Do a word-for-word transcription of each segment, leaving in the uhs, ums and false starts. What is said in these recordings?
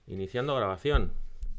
Iniciando grabación.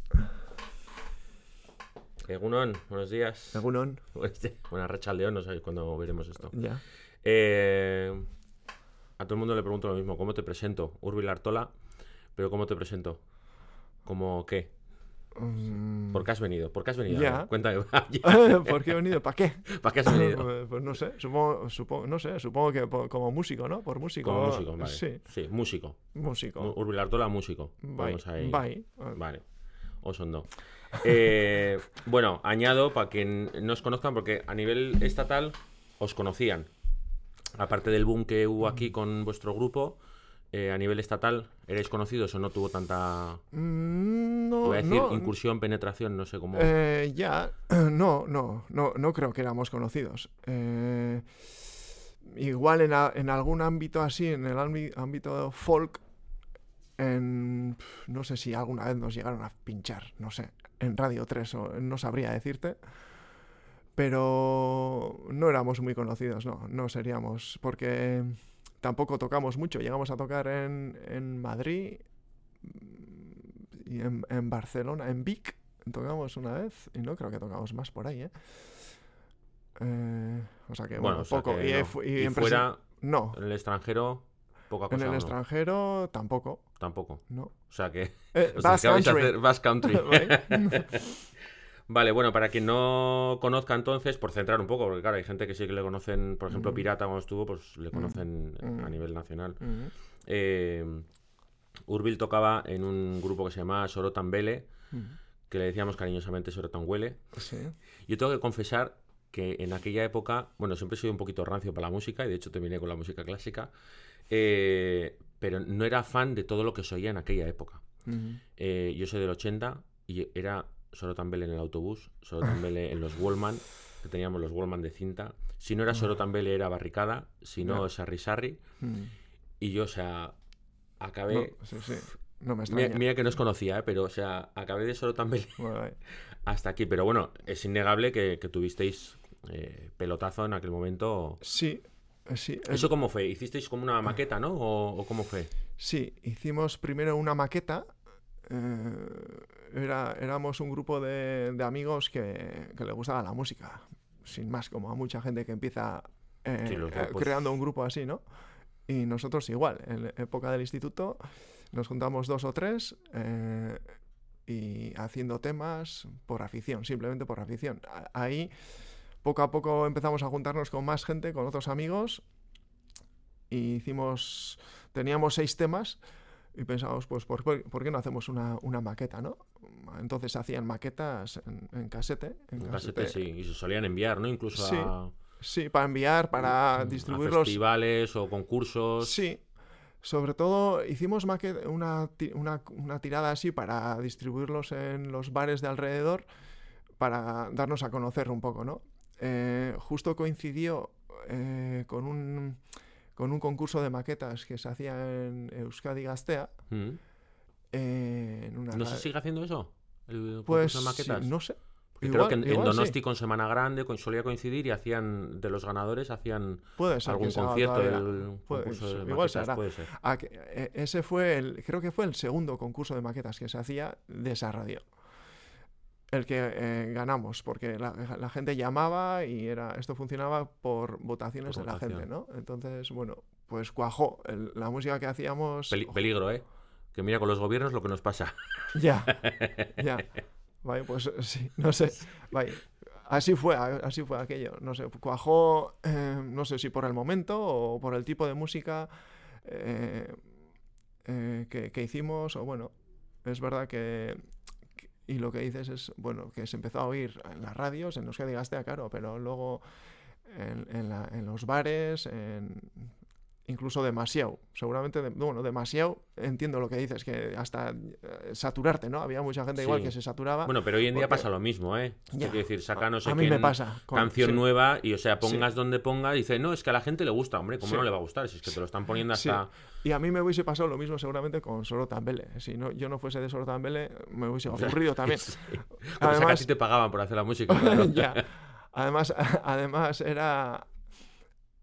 Egunon, buenos días. Egunon. Buena racha al león, no sabéis cuándo veremos esto. Ya. Eh, a todo el mundo le pregunto lo mismo. ¿Cómo te presento? Urbil Artola. Pero ¿cómo te presento? ¿Cómo qué? Um, ¿Por qué has venido? ¿Por qué has venido? Ya. Cuéntame. ¿Por qué he venido? ¿Para qué? ¿Para qué has venido? Pues, pues no sé, supongo, supongo, no sé, supongo que por- como músico, ¿no? Por músico. Como músico, vale. Sí, Sí, músico. músico. Urbil Artola, músico. Bai, Vamos ahí. bai. Vale. Osondo. Eh, bueno, añado para que no os conozcan, porque a nivel estatal os conocían. Aparte del boom que hubo aquí con vuestro grupo, eh, a nivel estatal, ¿erais conocidos o no tuvo tanta, Mm, No, voy a decir, no. incursión, penetración? No sé cómo. Eh, ya, no, no, no, no creo que éramos conocidos. Eh, igual en, a- en algún ámbito así, en el ámbi- ámbito folk, en, pf, no sé si alguna vez nos llegaron a pinchar, no sé, en Radio tres, o, no sabría decirte, pero no éramos muy conocidos, no, no seríamos, porque tampoco tocamos mucho. Llegamos a tocar en, en Madrid y en, en Barcelona, en Vic, tocamos una vez y no creo que tocamos más por ahí, ¿eh? Eh, o sea que, Bueno, bueno, o sea poco. que y, no. fu- Y en fuera, presen- No, en el extranjero, poca en cosa. el ¿o no? extranjero tampoco, Tampoco. no. O sea que Eh, os Basque dedicabais a Country. hacer Basque Country. ¿Vale? Vale, bueno, para quien no conozca entonces, por centrar un poco, porque claro, hay gente que sí que le conocen, por ejemplo, Mm. Pirata cuando estuvo, pues le conocen Mm. a nivel nacional. Mm, Eh, Urbil tocaba en un grupo que se llamaba Sorotan-Bele, mm. que le decíamos cariñosamente Sorotan-Huele. Sí. Yo tengo que confesar que en aquella época, bueno, siempre he sido un poquito rancio para la música, y de hecho terminé con la música clásica, eh, pero no era fan de todo lo que se oía en aquella época. Mm. Eh, yo soy del ochenta y era Sorotan-Bele en el autobús, Sorotan-Bele en los Wallman, que teníamos los Wallman de cinta. Si no era Sorotan-Bele era Barricada, si no Ya. Sarri Sarri. Mm. Y yo, o sea, acabé... No, sí, sí. No me Mira, extraña. mira que no os conocía, ¿eh? Pero, o sea, acabé de Sorotan-Bele Bueno, ahí. hasta aquí. Pero bueno, es innegable que, que tuvisteis eh, pelotazo en aquel momento. Sí, eh, sí. es- ¿Eso cómo fue? ¿Hicisteis como una maqueta, no? ¿O, o cómo fue? Sí, hicimos primero una maqueta. eh, era, éramos un grupo de, de amigos que, que le gustaba la música. Sin más, como a mucha gente que empieza eh, Sí, los eh, grupos. creando un grupo así, ¿no? Y nosotros igual. En la época del instituto nos juntamos dos o tres eh, y haciendo temas por afición, simplemente por afición. A- Ahí, poco a poco empezamos a juntarnos con más gente, con otros amigos, y hicimos, teníamos seis temas y pensamos, pues, ¿por, qué- por qué no hacemos una, una maqueta, no? Entonces se hacían maquetas en, en casete. En En casete, sí. Y se solían enviar, ¿no? Incluso Sí, a, Sí, para enviar, para a distribuirlos. festivales o concursos. Sí, sobre todo hicimos maque- una, ti- una, una tirada así para distribuirlos en los bares de alrededor, para darnos a conocer un poco, ¿no? Eh, justo coincidió eh, con un con un concurso de maquetas que se hacía en Euskadi Gaztea. Mm. eh, en una ¿No ra- se sigue haciendo eso? ¿El Pues concurso de maquetas? sí, no sé. Porque Igual- creo que en, en igual sí. Donosti con Semana Grande con, solía coincidir y hacían, de los ganadores, hacían Puede ser algún que se haga concierto todavía. del Puede- concurso de igual maquetas, se hará. puede ser. Ah, que, eh, ese fue el, creo que fue el segundo concurso de maquetas que se hacía de esa radio. El que eh, ganamos, porque la, la gente llamaba y era esto funcionaba por votaciones Por de la votación. gente, ¿no? Entonces, bueno, pues cuajó. El- la música que hacíamos... Peli- peligro, ¿eh? Que mira con los gobiernos lo que nos pasa. Ya, ya. Vaya, pues sí, no sé. Vaya. Así fue, a- así fue aquello. No sé, cuajó, eh, no sé si por el momento o por el tipo de música eh, eh, que, que hicimos, o bueno, es verdad que, que- y lo que dices es, bueno, que se empezó a oír en las radios, en los que digaste, claro, pero luego en, en la- en los bares, en, incluso demasiado, seguramente, de- bueno, demasiado, entiendo lo que dices, que hasta eh, saturarte, ¿no? Había mucha gente igual Sí. que se saturaba. Bueno, pero hoy en día porque- pasa lo mismo, ¿eh? Ya. Quiero decir, saca no sé a mí qué me pasa. con- canción sí. nueva y, o sea, pongas Sí. donde ponga, dice, no, es que a la gente le gusta, hombre, ¿cómo Sí. no le va a gustar? Si es que te lo están poniendo Sí. hasta... Y a mí me hubiese pasado lo mismo seguramente con Sorotan-Bele. Si no, yo no fuese de Sorotan-Bele, me hubiese aburrido también. Sí. Lo que pasa es que Además- a ti te pagaban por hacer la música, claro. Ya. Además, además era...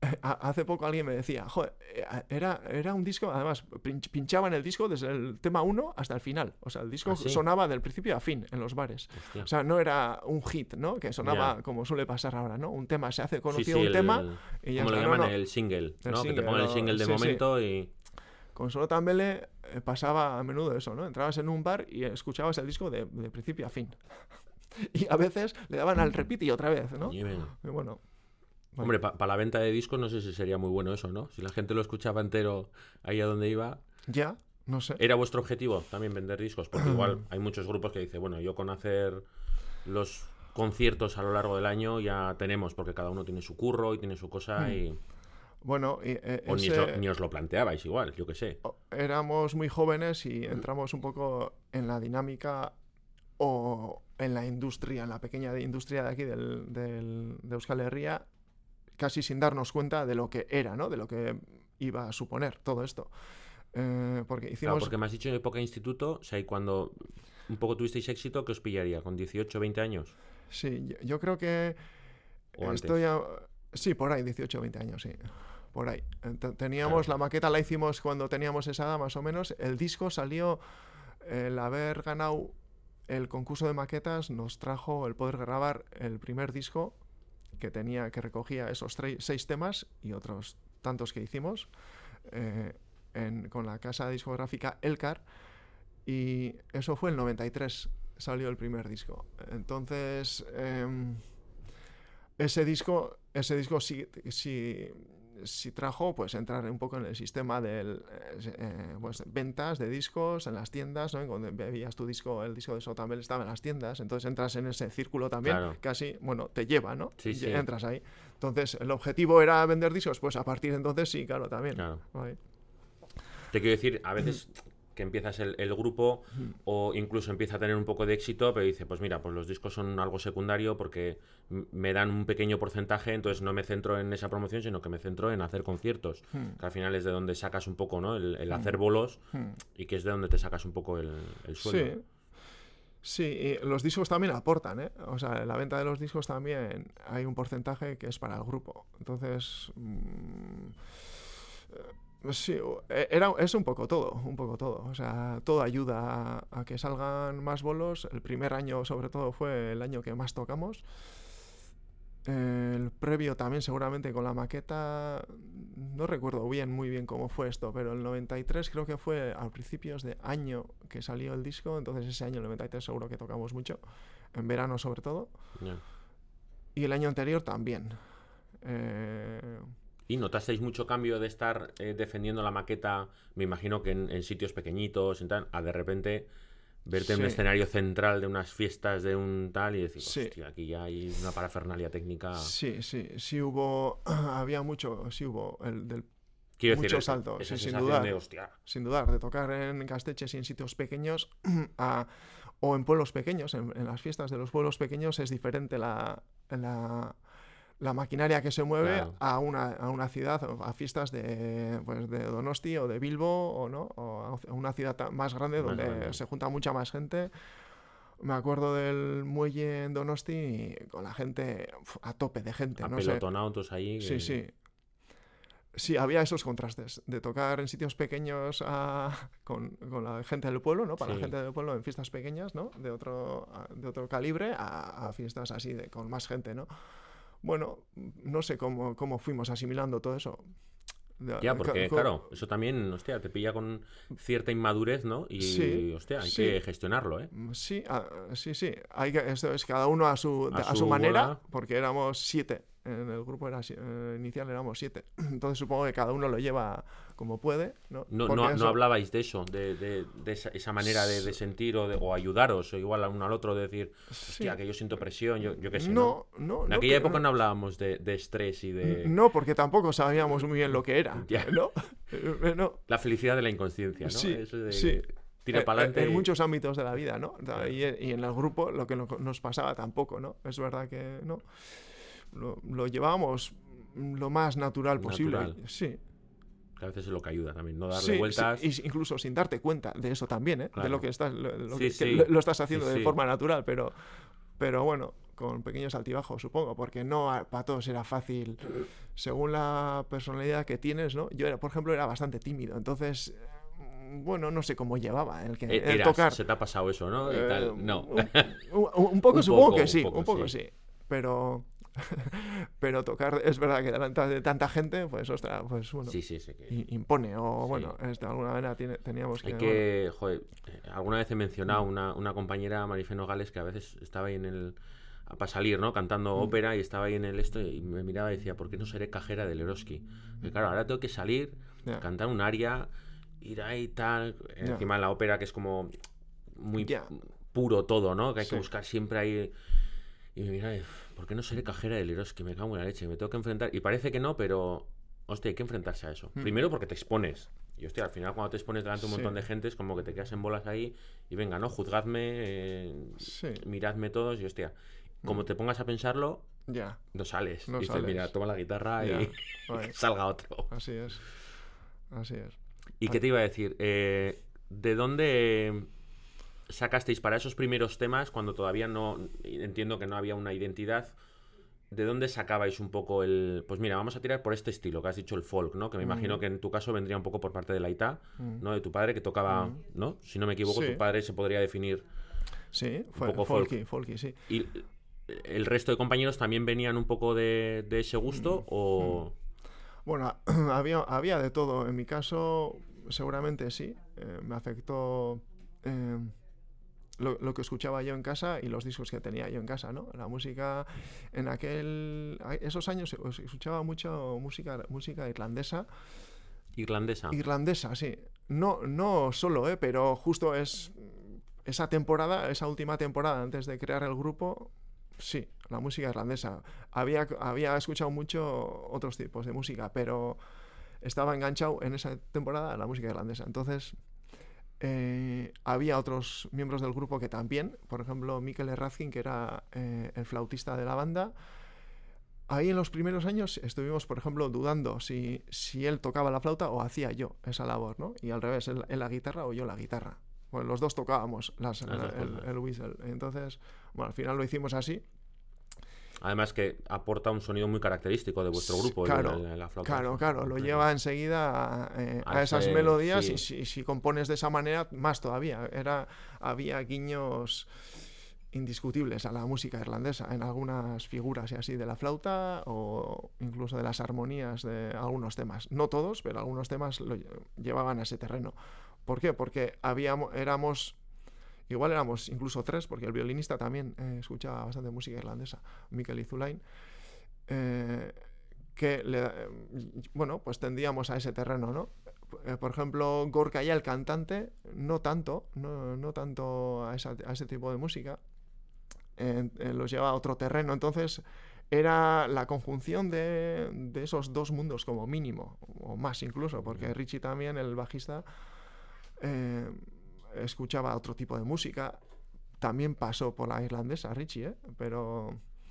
hace poco alguien me decía, joder, era, era un disco, además pinchaban el disco desde el tema uno hasta el final. O sea, el disco ¿Ah, sí? sonaba del principio a fin en los bares. Hostia. O sea, no era un hit, ¿no? Que sonaba Ya. como suele pasar ahora, ¿no? Un tema se hace conocido, Sí, sí, un el- tema y ya ¿Cómo lo está. llaman? No, no. El single, El ¿no? que single, te pongan el no, single de sí, sí. momento y... Con Solo Tambele eh, pasaba a menudo eso, ¿no? Entrabas en un bar y escuchabas el disco de, de principio a fin. Y a veces le daban al repeat y otra vez, ¿no? Y bueno. Y bueno, vale. Hombre, para la venta de discos no sé si sería muy bueno eso, ¿no? Si la gente lo escuchaba entero ahí a donde iba... Ya, no sé. ¿Era vuestro objetivo también vender discos? Porque igual hay muchos grupos que dicen, bueno, yo con hacer los conciertos a lo largo del año ya tenemos, porque cada uno tiene su curro y tiene su cosa y... Bueno, y, eh, O ni, ese- os lo, ni os lo planteabais igual, yo qué sé. o- éramos muy jóvenes y entramos un poco en la dinámica o en la industria, en la pequeña industria de aquí del, del- de Euskal Herria, casi sin darnos cuenta de lo que era, ¿no? De lo que iba a suponer todo esto. Eh, porque Claro, hicimos... porque me has dicho en época de instituto, o sea, y cuando un poco tuvisteis éxito, ¿qué os pillaría? ¿Con dieciocho, veinte años? Sí, yo, yo creo que ¿O antes? estoy a- sí, por ahí, dieciocho o veinte años, sí. Por ahí. Ent- Teníamos, Claro. la maqueta la hicimos cuando teníamos esa edad, más o menos. El disco salió, el haber ganado el concurso de maquetas nos trajo el poder grabar el primer disco que tenía, que recogía esos tre- seis temas y otros tantos que hicimos eh, en- con la casa discográfica Elcar, y eso fue el noventa y tres, salió el primer disco. Entonces, em, ese disco, ese disco sí, sí, sí trajo pues entrar un poco en el sistema del eh, eh, pues, ventas de discos en las tiendas, ¿no? Cuando veías tu disco, el disco de Sotambel estaba en las tiendas, entonces entras en ese círculo también, Claro. casi, bueno, te lleva, ¿no? Sí, Y sí. entras ahí. Entonces, el objetivo era vender discos, pues a partir de entonces sí, claro, también. Claro. Ahí. Te quiero decir, a veces que empiezas el, el grupo o incluso empieza a tener un poco de éxito, pero dice, pues mira, pues los discos son algo secundario porque m- me dan un pequeño porcentaje, entonces no me centro en esa promoción, sino que me centro en hacer conciertos, Hmm. que al final es de donde sacas un poco, ¿no? El, el hacer bolos Hmm. y que es de donde te sacas un poco el, el sueldo. Sí. Sí, y los discos también aportan, ¿eh? O sea, en la venta de los discos también hay un porcentaje que es para el grupo. Entonces, mm, eh, sí, o- e- era, es un poco todo, un poco todo. O sea, todo ayuda a, a que salgan más bolos. El primer año, sobre todo, fue el año que más tocamos. El previo también seguramente con la maqueta, no recuerdo bien, muy bien cómo fue esto, pero el noventa y tres creo que fue a principios de año que salió el disco, entonces ese año, el noventa y tres, seguro que tocamos mucho, en verano sobre todo, Ya. y el año anterior también. Eh, ¿Y notasteis mucho cambio de estar eh, defendiendo la maqueta, me imagino que en, en sitios pequeñitos, en tal, a de repente verte en un Sí. escenario central de unas fiestas de un tal y decir, Sí. hostia, aquí ya hay una parafernalia técnica. Sí, sí, sí hubo, había mucho, sí hubo, el del Quiero mucho decir, salto, esa sí, sin sensación dudar. de, hostia, sin dudar, de tocar en Casteches y en sitios pequeños a- o en pueblos pequeños, en, en las fiestas de los pueblos pequeños es diferente la, la, la maquinaria que se mueve Claro. a, una, a una ciudad, a fiestas de, pues, de Donosti o de Bilbo o, ¿no? o a una ciudad ta- más grande Más donde grande. se junta mucha más gente. Me acuerdo del muelle en Donosti y con la gente uf, a tope de gente, no sé. apelotonados todos ahí. Sí, que- sí. Sí, había esos contrastes de tocar en sitios pequeños a- con, con la gente del pueblo, ¿no? Para Sí. la gente del pueblo en fiestas pequeñas, ¿no? De otro, a- de otro calibre a, a fiestas así de, con más gente, ¿no? Bueno, no sé cómo, cómo fuimos asimilando todo eso. Ya, porque Co- claro, eso también, hostia, te pilla con cierta inmadurez, ¿no? Y, Sí, hostia, hay sí. que gestionarlo, ¿eh? Sí, ah, sí, sí. Hay que, esto es cada uno a su, A a su su manera, bola. porque éramos siete. En el grupo era, si- eh, inicial éramos siete. Entonces supongo que cada uno lo lleva como puede, ¿no? No, Porque no, eso- no hablabais de eso, de, de- de esa, esa manera de, de sentir o, de, o ayudaros, o igual a uno al otro, de decir, hostia, Sí. que yo siento presión, yo, yo qué sé, ¿no? No, no, En no, aquella que- época no hablábamos de, de estrés y de No, porque tampoco sabíamos muy bien lo que era, Ya. ¿no? Eh, no. la felicidad de la inconsciencia, ¿no? Sí, Eso de sí. tira Eh, para adelante. En muchos ámbitos de la vida, ¿no? Y, y en el grupo lo que no- nos pasaba tampoco, ¿no? Es verdad que no. Lo, lo llevábamos lo más natural posible. Natural. Sí. Que a veces es lo que ayuda también, no darle Sí, vueltas. sí, y incluso sin darte cuenta de eso también, ¿eh? Claro. De lo que estás, lo, lo Sí, que, sí. que lo, lo estás haciendo Sí, de sí. forma natural, pero, pero bueno, con pequeños altibajos, supongo, porque no a- para todos era fácil, según la personalidad que tienes, ¿no? Yo, era, por ejemplo, era bastante tímido, entonces, eh, bueno, no sé cómo llevaba el, que, E- el Eras, tocar. se te ha pasado eso, ¿no? Y Eh, tal. No. un, un- un poco Un supongo poco, que un sí, poco, un poco sí. sí, pero... pero tocar, es verdad que delante de tanta gente, pues, ostras, pues bueno, Sí, sí, sí. que- i- impone, o Sí. bueno, es- de alguna manera tiene- teníamos que... Hay bueno, que, joder, eh, alguna vez he mencionado una, una compañera, Marife Nogales, que a veces estaba ahí en el, para salir, ¿no? Cantando ópera y estaba ahí en el esto y me miraba y decía, ¿por qué no seré cajera del Eroski? Que claro, ahora tengo que salir, ya, cantar un aria, ir ahí tal, Ya. encima en la ópera que es como muy Ya. puro todo, ¿no? Que hay que Sí. buscar siempre ahí... Y me miraba y, ¿por qué no seré cajera del Eroski? Me cago en la leche, me tengo que enfrentar. Y parece que no, pero, hostia, hay que enfrentarse a eso. Mm. Primero porque te expones. Y hostia, al final cuando te expones delante de un Sí. montón de gente es como que te quedas en bolas ahí y venga, ¿no? Juzgadme, eh, Sí. miradme todos y hostia, como te pongas a pensarlo, Ya, no sales. No Dices, sales. mira, toma la guitarra Ya. y Vale. que salga otro. así es, así es. ¿Y qué te iba a decir? Eh, ¿de dónde sacasteis para esos primeros temas cuando todavía no, entiendo que no había una identidad? ¿De dónde sacabais un poco el... Pues mira, vamos a tirar por este estilo, que has dicho el folk, ¿no? Que me imagino Mm. que en tu caso vendría un poco por parte de la Ita, Mm. ¿no? De tu padre que tocaba, Mm. ¿no? Si no me equivoco, Sí. tu padre se podría definir... Sí, fue poco folk. folky, folky, sí. ¿Y el resto de compañeros también venían un poco de, de ese gusto Mm. o...? Bueno, había, había de todo. En mi caso, seguramente sí. Eh, me afectó eh, lo, lo que escuchaba yo en casa y los discos que tenía yo en casa, ¿no? La música en aquel... Esos años se escuchaba mucho música, música irlandesa. Irlandesa. Irlandesa, sí. No, no solo, ¿eh? Pero justo es esa temporada, esa última temporada antes de crear el grupo, sí, la música irlandesa. Había, había escuchado mucho otros tipos de música, pero estaba enganchado en esa temporada a la música irlandesa. Entonces, eh, había otros miembros del grupo que también, por ejemplo, Mikel Razkin, que era eh, el flautista de la banda. Ahí en los primeros años estuvimos, por ejemplo, dudando si, si él tocaba la flauta o hacía yo esa labor, ¿no? Y al revés, él, él la guitarra o yo la guitarra. Bueno, los dos tocábamos las, Las dos el, cosas. el whistle. Entonces, bueno, al final lo hicimos así. Además que aporta un sonido muy característico de vuestro grupo, Claro, el- el- la flauta. Claro, claro, lo lleva enseguida a, eh, A a esas ese- melodías sí. y si, si compones de esa manera, más todavía. Era, había guiños indiscutibles a la música irlandesa en algunas figuras y así de la flauta o incluso de las armonías de algunos temas. No todos, pero algunos temas lo lle- llevaban a ese terreno. ¿Por qué? Porque habíamos, éramos, igual éramos incluso tres, porque el violinista también eh, escuchaba bastante música irlandesa, Mikel Izulain, eh, que le, eh, bueno, pues tendíamos a ese terreno, ¿no? Eh, por ejemplo, Gorka ya el cantante, no tanto, no, no tanto a, esa, a ese tipo de música, eh, eh, los lleva a otro terreno. Entonces era la conjunción de, de esos dos mundos como mínimo, o más incluso, porque Richie también, el bajista, eh, escuchaba otro tipo de música. También pasó por la irlandesa, Richie, ¿eh? Pero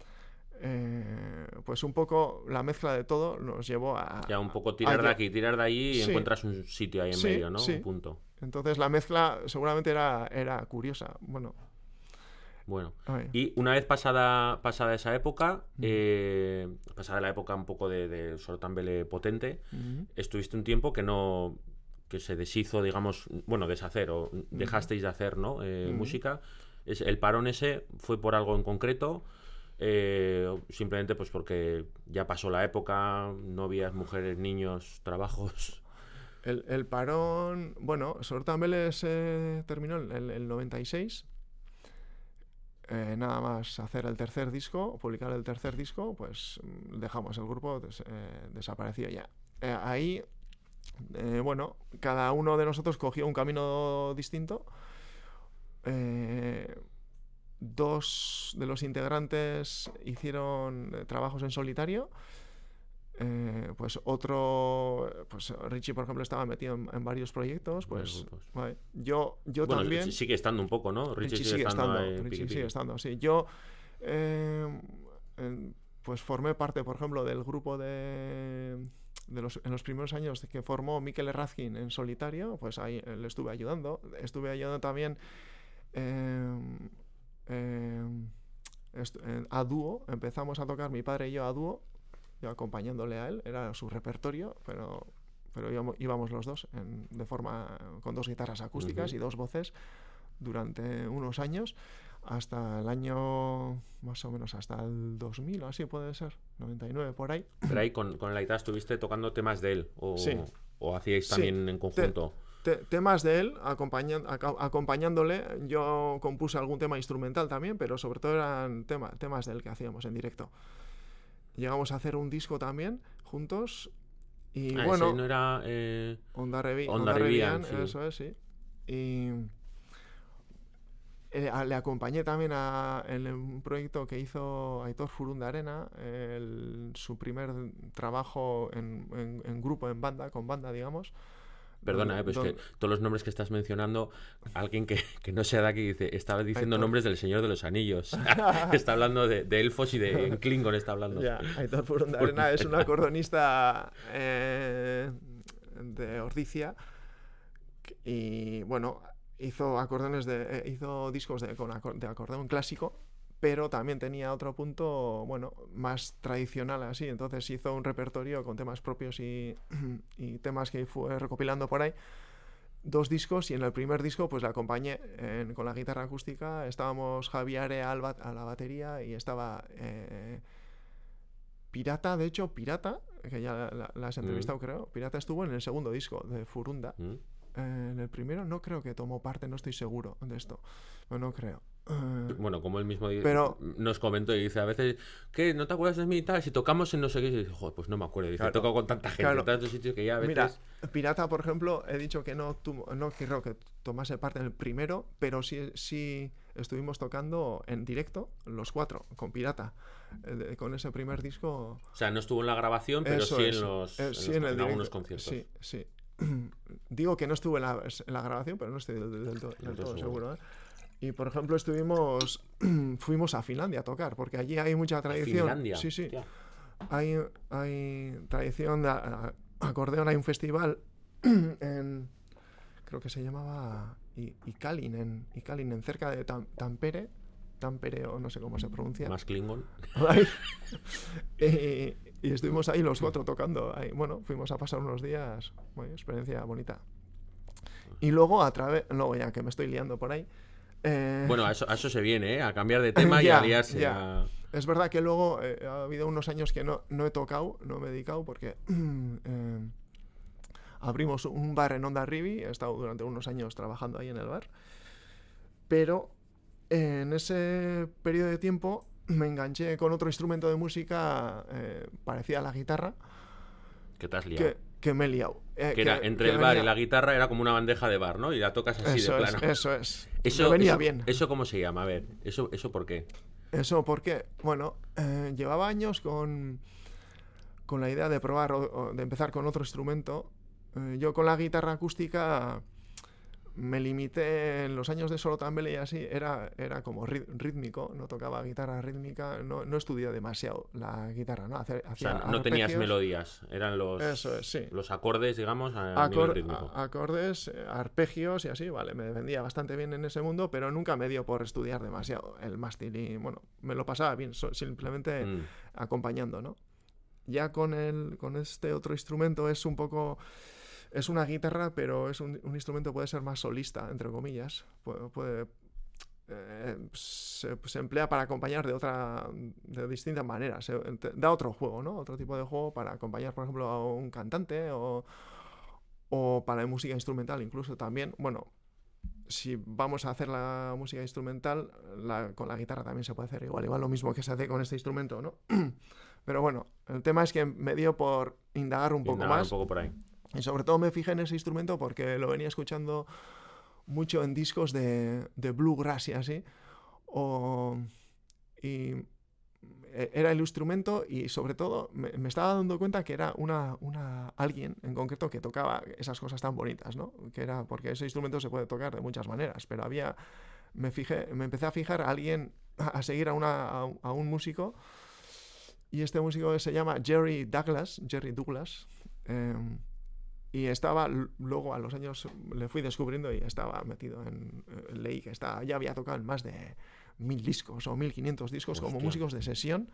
eh, pues un poco la mezcla de todo nos llevó a... Ya un poco tirar a- de aquí, tirar de allí y Sí. encuentras un sitio ahí en Sí, medio, ¿no? sí. Un punto. Entonces la mezcla seguramente era, era curiosa. Bueno, Bueno. a ver. Y una vez pasada, pasada esa época, eh, pasada la época un poco de, de Sorotambele potente, Ujú. estuviste un tiempo que no que se deshizo, digamos, bueno, deshacer o dejasteis de hacer, ¿no? Eh, Ujú. música. Es, el parón ese fue por algo en concreto, eh, o simplemente pues porque ya pasó la época, novias, mujeres, niños, trabajos. El, el parón, bueno, Sorotambele se terminó en el, el noventa y seis. Eh, nada más hacer el tercer disco, publicar el tercer disco, pues mm, dejamos el grupo, des, eh, desapareció ya. Eh, ahí, eh, bueno, cada uno de nosotros cogió un camino distinto. Eh, dos de los integrantes hicieron eh, trabajos en solitario. Eh, pues otro, pues Richie, por ejemplo, estaba metido en, en varios proyectos. Pues Varios grupos. vale. yo, yo Bueno, también. sigue estando un poco, ¿no? Richie, Richie sigue, sigue estando, estando, ahí, Richie piqui, sigue piqui. estando, sí. Yo, eh, en- pues formé parte, por ejemplo, del grupo de, de los, en los primeros años que formó Mikel Razkin en solitario, pues ahí eh, le estuve ayudando. Estuve ayudando también eh, eh, a dúo, empezamos a tocar mi padre y yo a dúo, yo acompañándole a él, era su repertorio, pero, pero íbamos, íbamos los dos en, de forma con dos guitarras acústicas uh-huh. y dos voces durante unos años, hasta el año, más o menos, hasta el dos mil o así puede ser, noventa y nueve por ahí. Pero ahí con, con la guitarra estuviste tocando temas de él, o, sí. o hacíais también sí. en conjunto. Te, te, temas de él, acompañan, ac- acompañándole, yo compuse algún tema instrumental también, pero sobre todo eran tema, temas de él que hacíamos en directo. Llegamos a hacer un disco también, juntos, y ah, bueno... ese no era... Eh... Onda, Revi- Onda, Onda Revian, Revian, sí. Eso es, sí. Y... Eh, le acompañé también a, en un proyecto que hizo Aitor Furundarena, el, su primer trabajo en, en, en grupo, en banda, con banda, digamos. Perdona, eh, pues Don... que todos los nombres que estás mencionando, alguien que, que no sea de aquí dice, estaba diciendo Aitor. nombres del Señor de los Anillos. Está hablando de, de elfos y de en Klingon está hablando. Ya, Aitor Furundarena es un acordeonista eh, de Ordicia y bueno... Hizo acordeones de, eh, hizo discos de, con acor- de acordeón clásico, pero también tenía otro punto, bueno, más tradicional así. Entonces hizo un repertorio con temas propios y, y temas que fue recopilando por ahí. Dos discos, y en el primer disco pues le acompañé en, con la guitarra acústica. Estábamos Javier a la batería y estaba eh, Pirata, de hecho, Pirata, que ya la, la, la has entrevistado, mm. creo. Pirata estuvo en el segundo disco de Furunda. Mm. Eh, en el primero no creo que tomó parte, no estoy seguro de esto. No, no creo. Uh, bueno, como él mismo pero, nos comentó y dice a veces, ¿qué? ¿No te acuerdas de mí y tal? Si tocamos en no sé qué, y dice, joder, pues no me acuerdo. Dice, claro, he tocado con tanta gente claro. en tantos sitios que ya a veces... Mira, Pirata, por ejemplo, he dicho que no, tuvo, no creo que tomase parte en el primero, pero sí, sí estuvimos tocando en directo, los cuatro, con Pirata, eh, con ese primer disco. O sea, no estuvo en la grabación, pero Eso sí es, en los, eh, en, sí los, en, el en algunos conciertos. Sí, sí. Digo que no estuve en la, en la grabación, pero no estoy del, del, del, del, del todo seguro, ¿eh? Y por ejemplo estuvimos fuimos a Finlandia a tocar, porque allí hay mucha tradición. ¿Finlandia? Sí, sí. Hay, hay tradición de acordeón, hay un festival en, creo que se llamaba Ikalin, en Ikalin, en cerca de Tam, Tampere, Tampere o no sé cómo se pronuncia. Más Klingon. y, y estuvimos ahí los cuatro tocando. Ahí, bueno, fuimos a pasar unos días, bueno, experiencia bonita. Y luego a través, luego ya que me estoy liando por ahí. Eh... Bueno, a eso, a eso se viene, ¿eh? A cambiar de tema ya, y a liarse. Ya. A... Es verdad que luego eh, ha habido unos años que no, no he tocado, no me he dedicado porque eh, abrimos un bar en Onda Rivi, he estado durante unos años trabajando ahí en el bar, pero eh, en ese periodo de tiempo me enganché con otro instrumento de música eh, parecida a la guitarra. ¿Qué te has liado? Que, que me he liado. Eh, que era, que, entre que el bar venía... y la guitarra era como una bandeja de bar, ¿no? Y la tocas así eso de es, plano. Eso es. Eso me venía eso, bien. ¿Eso cómo se llama? A ver, ¿eso, eso por qué? Eso porque, bueno, eh, llevaba años con, con la idea de probar, o, o de empezar con otro instrumento. Eh, yo con la guitarra acústica me limité en los años de solo tambele y así, era, era como rítmico, no tocaba guitarra rítmica, no, no estudié demasiado la guitarra, ¿no? Hacía, o sea, no tenías melodías, eran los, Eso es, sí. los acordes, digamos, a Acor nivel rítmico. A acordes, arpegios y así, vale, me defendía bastante bien en ese mundo, pero nunca me dio por estudiar demasiado el mástil y, bueno, me lo pasaba bien, so simplemente mm. acompañando, ¿no? Ya con, el, con este otro instrumento es un poco... Es una guitarra, pero es un, un instrumento que puede ser más solista, entre comillas. Puede, puede eh, se, se emplea para acompañar de otra, de distintas maneras. Se, da otro juego, ¿no? Otro tipo de juego para acompañar, por ejemplo, a un cantante o, o para la música instrumental, incluso también. Bueno, si vamos a hacer la música instrumental, la, con la guitarra también se puede hacer igual, igual lo mismo que se hace con este instrumento, ¿no? Pero bueno, el tema es que me dio por indagar un poco indagar más. un poco por ahí. Y sobre todo me fijé en ese instrumento porque lo venía escuchando mucho en discos de, de bluegrass y así. O, y era el instrumento y sobre todo me, me estaba dando cuenta que era una, una alguien en concreto que tocaba esas cosas tan bonitas, ¿no? Que era porque ese instrumento se puede tocar de muchas maneras, pero había... Me, fijé, me empecé a fijar a alguien, a seguir a, una, a, a un músico, y este músico se llama Jerry Douglas, Jerry Douglas, eh, y estaba, luego a los años le fui descubriendo y estaba metido en, leí que estaba, ya había tocado en más de, mil discos o mil quinientos discos. Hostia. Como músicos de sesión,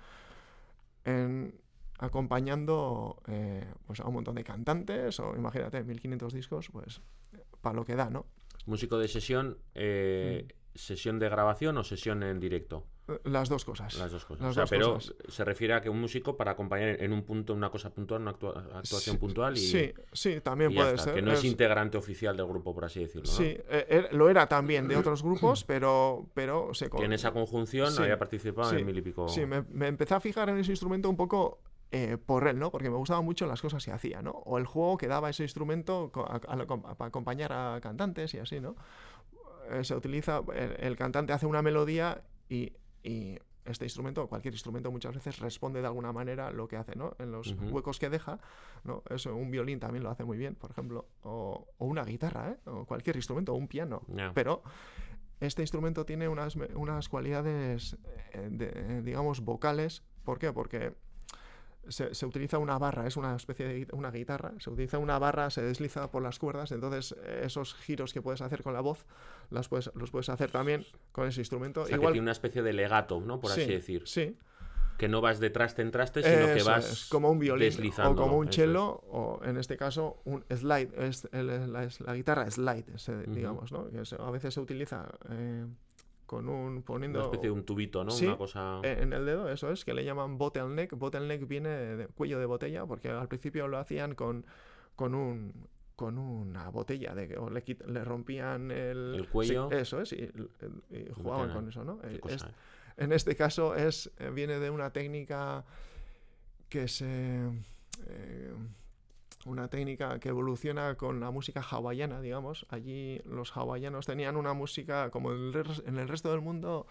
en, acompañando eh, pues a un montón de cantantes, o imagínate, mil quinientos discos, pues para lo que da, ¿no? Músico de sesión, eh, mm. ¿sesión de grabación o sesión en directo? Las dos cosas. Las dos cosas. Las o sea, dos pero cosas. Se refiere a que un músico para acompañar en un punto, una cosa puntual, una actua actuación sí, puntual y... Sí, sí, también y puede está, ser. Que no es, es integrante oficial del grupo, por así decirlo, ¿no? Sí, eh, lo era también de otros grupos, pero... pero se que en esa conjunción sí, había participado sí, en mil y pico... Sí, me, me empecé a fijar en ese instrumento un poco... Eh, por él, ¿no? Porque me gustaban mucho las cosas que hacía, ¿no? O el juego que daba ese instrumento para acompañar a cantantes y así, ¿no? Eh, se utiliza, el, el cantante hace una melodía y, y este instrumento, cualquier instrumento muchas veces responde de alguna manera a lo que hace, ¿no? En los uh-huh. huecos que deja, ¿no? Eso, un violín también lo hace muy bien, por ejemplo, o, o una guitarra, ¿eh? O cualquier instrumento, o un piano, yeah. Pero este instrumento tiene unas, unas cualidades, eh, de, digamos, vocales. ¿Por qué? Porque Se, se utiliza una barra, es una especie de una guitarra, se utiliza una barra, se desliza por las cuerdas, entonces esos giros que puedes hacer con la voz las puedes, los puedes hacer también con ese instrumento. O sea, igual que tiene una especie de legato, ¿no? Por sí, así decir. Sí. Que no vas de traste en traste, sino eso que vas es, como un violín o como un cello, es. O en este caso un slide, es, el, la, la guitarra slide, se, uh-huh. digamos, ¿no? Que se, a veces se utiliza... Eh, con un poniendo una especie de un tubito, ¿no? Sí, una cosa en el dedo, eso es, que le llaman bottleneck. Bottleneck viene de cuello de botella, porque al principio lo hacían con, con un con una botella de o le, le rompían el, el cuello. Sí, eso es, y, y jugaban no con eso, ¿no? Es, eh. En este caso es viene de una técnica que se eh, una técnica que evoluciona con la música hawaiana, digamos. Allí los hawaianos tenían una música, como en el resto del mundo,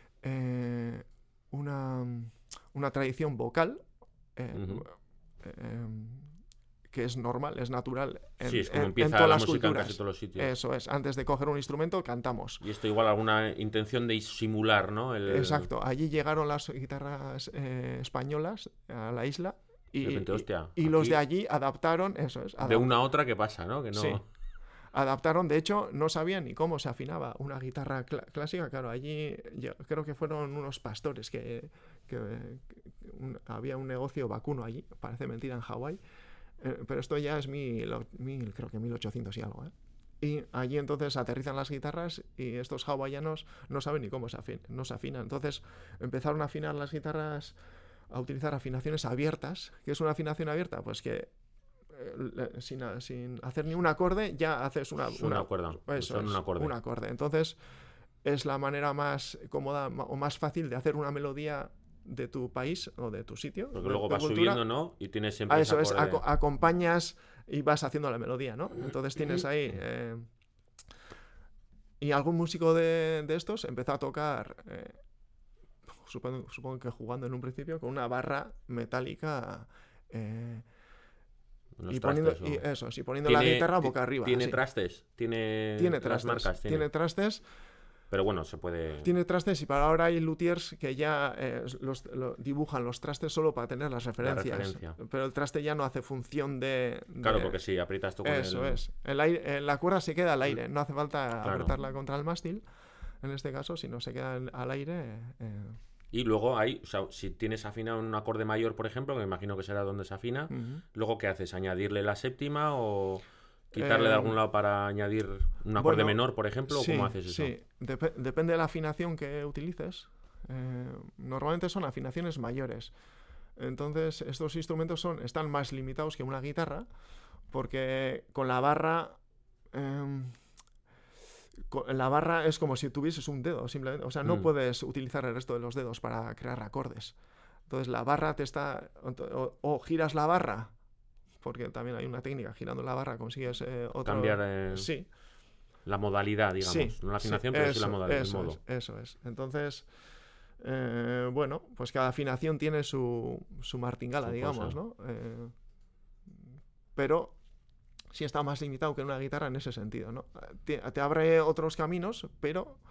eh, una, una tradición vocal eh, uh-huh. eh, que es normal, es natural en, sí, es como en, empieza en todas la las música culturas. En casi todos los sitios. Eso es, antes de coger un instrumento cantamos. Y esto igual alguna intención de simular, ¿no? El... Exacto, allí llegaron las guitarras eh, españolas a la isla. Y, repente, hostia, y, y los de allí adaptaron, eso es. Adapt... De una a otra, ¿qué pasa, no? Que no... Sí. Adaptaron, de hecho, no sabían ni cómo se afinaba una guitarra cl clásica. Claro, allí yo creo que fueron unos pastores que, que, que un, había un negocio vacuno allí, parece mentira, en Hawái. Eh, pero esto ya es mil, mil, creo que mil ochocientos y algo, ¿eh? Y allí entonces aterrizan las guitarras y estos hawaianos no saben ni cómo se afinan, no se afinan. Entonces empezaron a afinar las guitarras, a utilizar afinaciones abiertas. ¿Qué es una afinación abierta? Pues que eh, sin, sin hacer ni un acorde ya haces una, una, una cuerda. Eso es, un acorde. un acorde. Entonces es la manera más cómoda o más fácil de hacer una melodía de tu país o de tu sitio. Porque de, luego de vas cultura. subiendo, ¿no? Y tienes siempre ah, eso ese es, ac acompañas y vas haciendo la melodía, ¿no? Entonces tienes ahí... Eh, y algún músico de, de estos empezó a tocar... Eh, Supongo, supongo que jugando en un principio con una barra metálica eh, y poniendo trastes, y eso, sí, poniendo ¿Tiene, la guitarra boca arriba. ¿Tiene sí. trastes? ¿Tiene, tiene trastes, las marcas? Tiene. tiene trastes. Pero bueno, se puede... Tiene trastes y para ahora hay luthiers que ya eh, los, lo, dibujan los trastes solo para tener las referencias. La referencia. Pero el traste ya no hace función de... de... Claro, porque si aprietas tú con Eso el... es. El aire, la cuerda se queda al aire, no hace falta claro. apretarla contra el mástil, en este caso, si no se queda al aire... Eh... Y luego hay, o sea, si tienes afinado un acorde mayor, por ejemplo, que me imagino que será donde se afina, uh-huh. luego ¿qué haces? ¿Añadirle la séptima o quitarle eh, de algún lado para añadir un acorde bueno, menor, por ejemplo? Sí, ¿o cómo haces eso? Sí, Dep depende de la afinación que utilices. Eh, normalmente son afinaciones mayores. Entonces, estos instrumentos son, están más limitados que una guitarra, porque con la barra... Eh, la barra es como si tuvieses un dedo, simplemente. O sea, no mm. puedes utilizar el resto de los dedos para crear acordes. Entonces la barra te está... O, o giras la barra, porque también hay una técnica, girando la barra consigues eh, otro... Cambiar eh, sí. la modalidad, digamos. Sí, no la afinación, sí, pero eso, sí la modalidad, eso el modo. Es, eso es. Entonces, eh, bueno, pues cada afinación tiene su, su martingala, su digamos, cosa. ¿no? Eh, pero... sí está más limitado que en una guitarra en ese sentido, ¿no? Te, te abre otros caminos, pero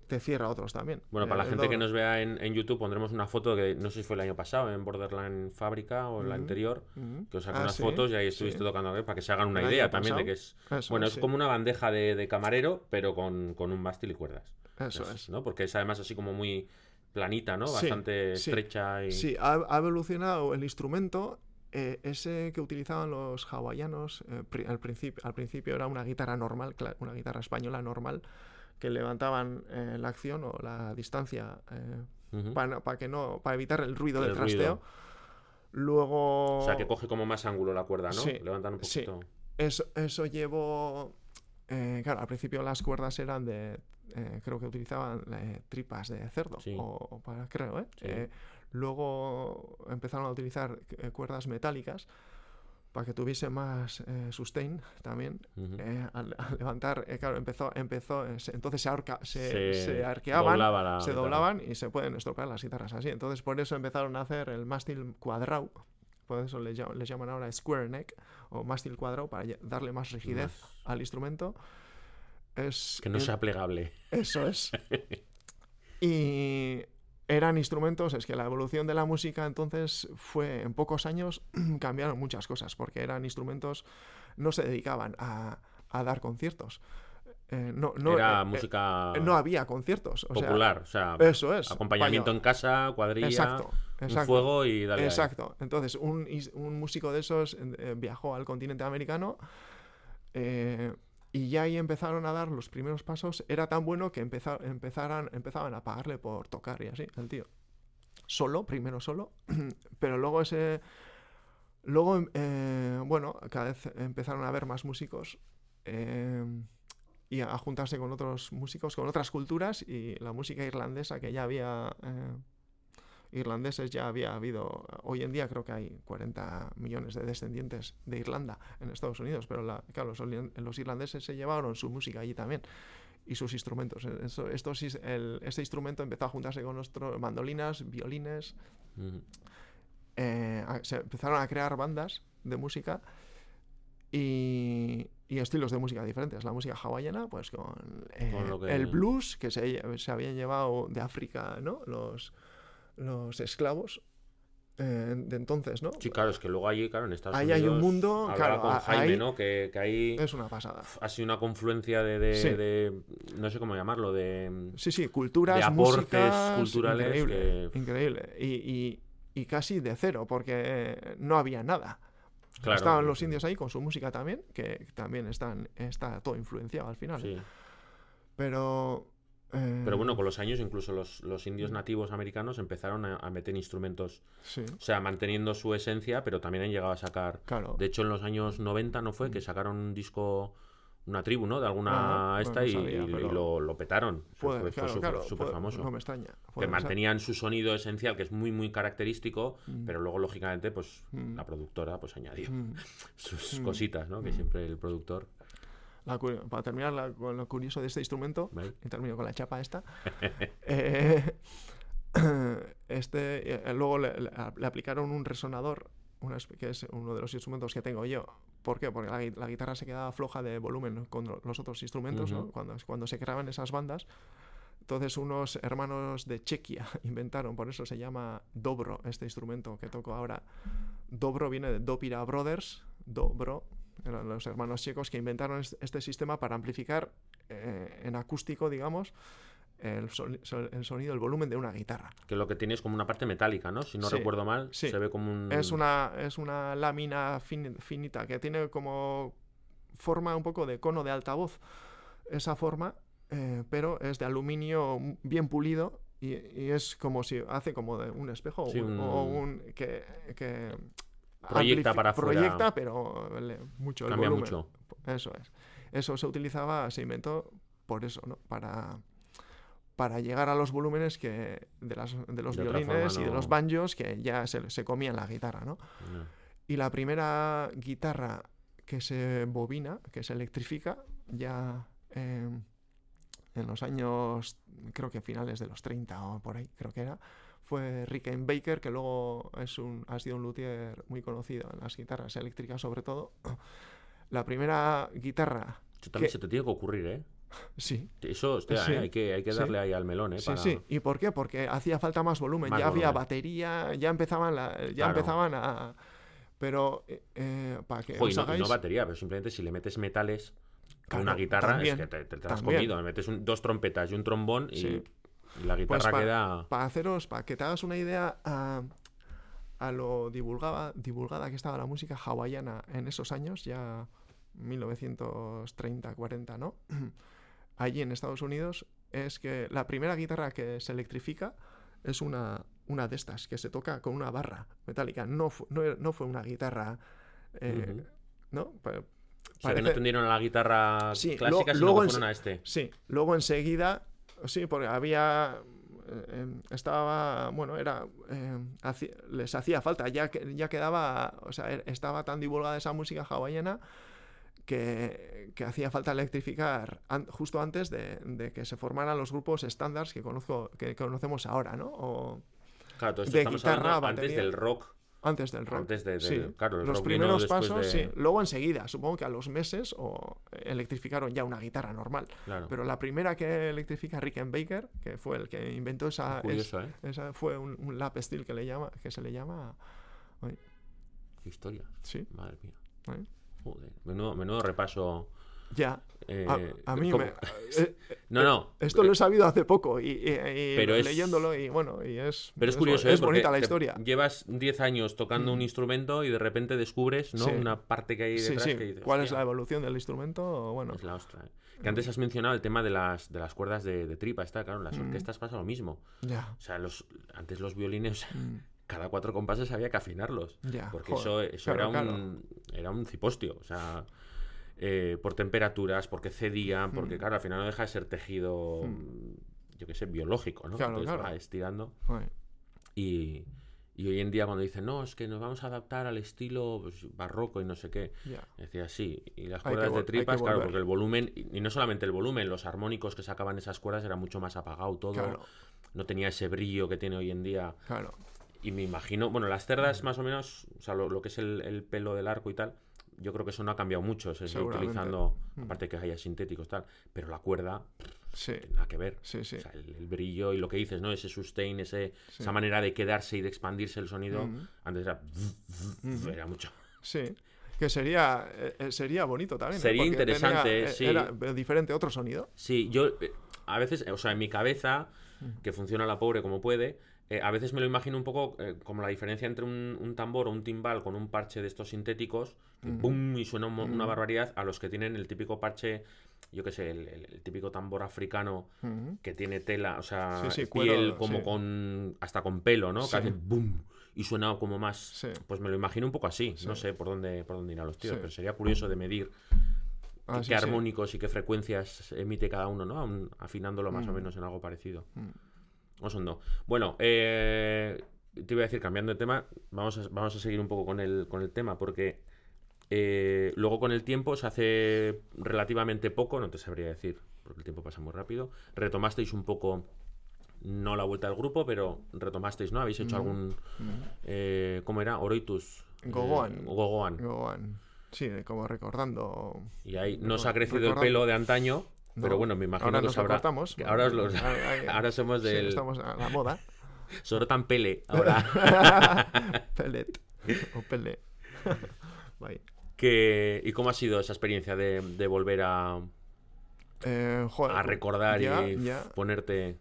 te cierra otros también. Bueno, para eh, la gente que nos vea en, en YouTube pondremos una foto que no sé si fue el año pasado en Borderland Fábrica o en la Mm, anterior, mm. que os saqué Ah, unas sí, fotos y ahí estuviste sí. tocando para que se hagan una El idea año también de pasado. que es... Eso Bueno, es, es sí. como una bandeja de, de camarero, pero con, con un mástil y cuerdas. Eso es. ¿No? Porque es además así como muy planita, ¿no? Sí, Bastante sí. estrecha y... Sí, ha, ha evolucionado el instrumento. Eh, ese que utilizaban los hawaianos eh, pri- al, principio, al principio era una guitarra normal, cla- una guitarra española normal, que levantaban eh, la acción o la distancia eh, Ujú. para pa que no, para evitar el ruido El del trasteo. ruido. Luego. O sea, que coge como más ángulo la cuerda, ¿no? Sí, Levantan un sí. poquito. Eso, eso llevó. eh, claro, al principio las cuerdas eran de. eh, creo que utilizaban eh, tripas de cerdo. Sí. O, o para, creo, ¿eh? Sí. Eh, Luego empezaron a utilizar eh, cuerdas metálicas para que tuviese más eh, sustain también. Ujú. Eh, al, al levantar, eh, claro, empezó, empezó eh, se- entonces se, ahorca, se, Se se arqueaban, doblaba la se guitarra. doblaban y se pueden estropear las guitarras así. Entonces por eso empezaron a hacer el mástil cuadrado, por eso les llaman, les llaman ahora square neck o mástil cuadrado para lle- darle más rigidez Más. al instrumento. Es Que no el- sea plegable. Eso es. Y eran instrumentos, es que la evolución de la música entonces fue, en pocos años cambiaron muchas cosas, porque eran instrumentos, no se dedicaban a, a dar conciertos. Eh, no, no, Era eh, música eh, no había conciertos. O sea, popular, o sea, eso es. acompañamiento vaya. en casa, cuadrilla, Exacto, un exacto. fuego y dale. ahí. Exacto. Entonces, un, is- un músico de esos eh, viajó al continente americano eh, y ya ahí empezaron a dar los primeros pasos. Era tan bueno que empeza- empezaran, empezaban a pagarle por tocar y así, el tío. Solo, primero solo, pero luego ese... Luego, eh, bueno, cada vez empezaron a haber más músicos eh, y a juntarse con otros músicos, con otras culturas, y la música irlandesa que ya había... eh, irlandeses ya había habido, hoy en día creo que hay cuarenta millones de descendientes de Irlanda en Estados Unidos, pero la, claro, los, los irlandeses se llevaron su música allí también y sus instrumentos. Esto, esto sí, el, este instrumento empezó a juntarse con nuestros mandolinas, violines, Ujú. eh, a- se empezaron a crear bandas de música y, y estilos de música diferentes. La música hawaiana, pues con, eh, Con lo que- el blues que se, se habían llevado de África, ¿no? Los, los esclavos eh, de entonces, ¿no? Sí, claro, es que luego allí, claro, en Estados Ahí Unidos. hay un mundo, hablaba claro, con a- Jaime, ahí ¿no? Que, que ahí Es una pasada. ha sido una confluencia de, de, Sí. de- no sé cómo llamarlo, de... Sí, sí, culturas, de aportes músicas, culturales increíble, que- increíble. Y, y, y casi de cero, porque no había nada. Claro, Estaban sí, los sí. indios ahí con su música también, que también están, está todo influenciado al final. Sí. Pero... eh, Pero bueno, con los años incluso los, los indios Mm. nativos americanos empezaron a, a meter instrumentos, Sí, o sea, manteniendo su esencia, pero también han llegado a sacar... claro. De hecho, en los años noventa, ¿no fue? Que sacaron un disco, una tribu, ¿no? De alguna Ah, esta no y, sabía, y pero- lo, lo petaron. Puede- fue fue claro, súper claro, súper puede- famoso. No me extraña. Que Puede ser. mantenían su sonido esencial, que es muy, muy característico, Mm. pero luego, lógicamente, pues Mm. la productora pues añadió Mm. sus Mm. cositas, ¿no? Que Mm. siempre el productor... La cu- para terminar la- con lo curioso de este instrumento, ¿vale? y termino con la chapa esta. eh, este, eh, luego le, le- le aplicaron un resonador, una espe- que es uno de los instrumentos que tengo yo. ¿Por qué? Porque la, gui- la guitarra se quedaba floja de volumen con lo- los otros instrumentos, ¿no? Ujú. Cuando, cuando se creaban esas bandas. Entonces unos hermanos de Chequia inventaron, por eso se llama dobro, este instrumento que toco ahora. Dobro viene de Dopira Brothers, Dobro, eran los hermanos checos que inventaron es- este sistema para amplificar eh, en acústico, digamos, el, soni- so- el sonido, el volumen de una guitarra. Que lo que tiene es como una parte metálica, ¿no? Si no Sí, recuerdo mal, sí. se ve como un... Es una, es una lámina fin- finita que tiene como forma un poco de cono de altavoz, esa forma, eh, pero es de aluminio bien pulido y, y es como si hace como de un espejo Sí, o un, un- o un- que, que Proyecta amplifi- para afuera. proyecta, pero le- mucho el Cambia volumen. mucho. Eso es. Eso se utilizaba, se inventó por eso, ¿no? Para, para llegar a los volúmenes que de, las, de los De otra violines forma y de no- los banjos que ya se, se comían la guitarra, ¿no? No. Y la primera guitarra que se bobina, que se electrifica, ya eh, en los años, creo que finales de los treinta o por ahí, creo que era, fue Rickenbacker, que luego es un, ha sido un luthier muy conocido en las guitarras eléctricas sobre todo. La primera guitarra Eso también que- se te tiene que ocurrir, ¿eh? Sí. Eso, hostia, Sí. eh, hay que, hay que darle Sí. ahí al melón, ¿eh? Sí, Para... sí. ¿Y por qué? Porque hacía falta más volumen. Más ya había volumen. batería, ya empezaban, la- ya Claro. empezaban a... Pero, eh, eh, para que Jo, y os no, y hagáis... no batería, pero simplemente si le metes metales con Claro, una guitarra, también, es que te, te, te la has también. comido. Le metes un- dos trompetas y un trombón y, Sí. y la Pues guitarra para queda... haceros, para que te hagas una idea a, a lo divulgada, divulgada que estaba la música hawaiana en esos años, ya mil novecientos treinta, cuarenta, ¿no? Allí en Estados Unidos, es que la primera guitarra que se electrifica es una, una de estas, que se toca con una barra metálica. No, fu- no, era- no fue una guitarra... eh, Ujú. ¿No? Pa- O sea, que no parece- tendieron a la guitarra Sí, clásica, lo- sino luego que en fueron se- a este. Sí, luego enseguida, sí, porque había, eh, eh, estaba, bueno, era, eh, haci- les hacía falta, ya que ya quedaba, o sea, er- estaba tan divulgada esa música hawaiana que, que hacía falta electrificar an- justo antes de, de que se formaran los grupos estándares que conozco, que conocemos ahora, ¿no? O Claro, todo esto de estamos guitarra, hablando antes batería. del rock. antes del rock. Antes de- del- sí. claro, el los rock vino primeros después pasos, de- sí. Luego enseguida, supongo que a los meses o electrificaron ya una guitarra normal. Claro. Pero la primera que electrifica Rickenbacker, que fue el que inventó esa, Curioso, es- ¿eh? esa fue un, un lap steel que le llama, que se le llama, ay, Qué historia. sí, Madre mía. ay, Joder. Menudo, menudo repaso. ya. eh, A, a mí ¿cómo? me, eh, No, no. esto lo he sabido hace poco y, y- y Pero es- leyéndolo y bueno, y es, Pero es curioso, ¿eh? es Porque bonita la te- historia. Llevas diez años tocando Mm. un instrumento y de repente descubres, ¿no? Sí. Una parte que hay Sí, detrás sí. que dices, ¿Cuál es "Hostia, la evolución del instrumento? Bueno, es la ostra, ¿eh?". Que antes has mencionado el tema de las, de las cuerdas de, de tripa, está claro, en las Mm. orquestas pasa lo mismo. ya. O sea, los, antes los violines, Mm, cada cuatro compases había que afinarlos. ya. Porque joder, eso, eso claro, era, claro. un, era un cipostio. O sea, eh, por temperaturas, porque cedían, porque Mm. claro, al final no deja de ser tejido, Mm. yo qué sé, biológico, ¿no? Claro, Entonces claro. va estirando. Ay, Y, y hoy en día cuando dicen, no, es que nos vamos a adaptar al estilo pues, barroco y no sé qué. ya. Decía, sí, y las Hay que cuerdas vol- de hay que tripas, claro, volver. porque el volumen, y y no solamente el volumen, los armónicos que sacaban esas cuerdas era mucho más apagado todo, Claro, no tenía ese brillo que tiene hoy en día. claro. Y me imagino, bueno, las cerdas más o menos, o sea, lo, lo que es el, el pelo del arco y tal, yo creo que eso no ha cambiado mucho, se sigue Seguramente. utilizando, Mm. aparte que haya sintéticos tal, pero la cuerda, Sí, nada que ver. sí, sí. O sea, el, el brillo y lo que dices, ¿no? Ese sustain, ese, Sí. esa manera de quedarse y de expandirse el sonido, Mm. antes era, Ujú. era mucho. Sí. Que sería, eh, eh, sería bonito también. ¿eh? Sería Porque interesante, tenía, eh, sí. Era diferente otro sonido. Sí, yo eh, a veces, o sea, en mi cabeza, Mm. que funciona la pobre como puede, eh, a veces me lo imagino un poco eh, como la diferencia entre un, un tambor o un timbal con un parche de estos sintéticos, que Mm. ¡bum! Y suena un mo- una Mm. barbaridad, a los que tienen el típico parche, yo qué sé, el, el- el típico tambor africano Ujú. que tiene tela, o sea, Sí, sí, piel cuero, como sí. con, hasta con pelo, ¿no? Sí. Que hace ¡bum! Y suena como más, Sí. pues me lo imagino un poco así, Sí. no sé por dónde, por dónde irán los tiros, Sí. pero sería curioso de medir Ah, qué sí, sí. armónicos y qué frecuencias emite cada uno, ¿no? Aun- afinándolo más o Mm. menos en algo parecido. Mm. Osondo. Bueno, eh, te iba a decir, cambiando de tema, vamos a, vamos a seguir un poco con el, con el tema, porque eh, luego con el tiempo, se hace relativamente poco, no te sabría decir, porque el tiempo pasa muy rápido, retomasteis un poco, no la vuelta al grupo, pero retomasteis, ¿no? Habéis hecho Mm. algún, Mm. eh, ¿cómo era? Oroitus. eh, Gogoan. Gogoan. Gogoan. Sí, como recordando. Y ahí no se Reco- ha crecido el recordando. pelo de antaño, pero No, bueno, me imagino ahora que nos os habrá... recortamos. que ahora, os los- Ahora- ahora- ahora somos sí, del... estamos a la moda. Sorotan Pele, ahora. Pellet. O pele. Vaya. Que, ¿y cómo ha sido esa experiencia de, de volver a, Eh, joder, a recordar ya, y ya. ponerte...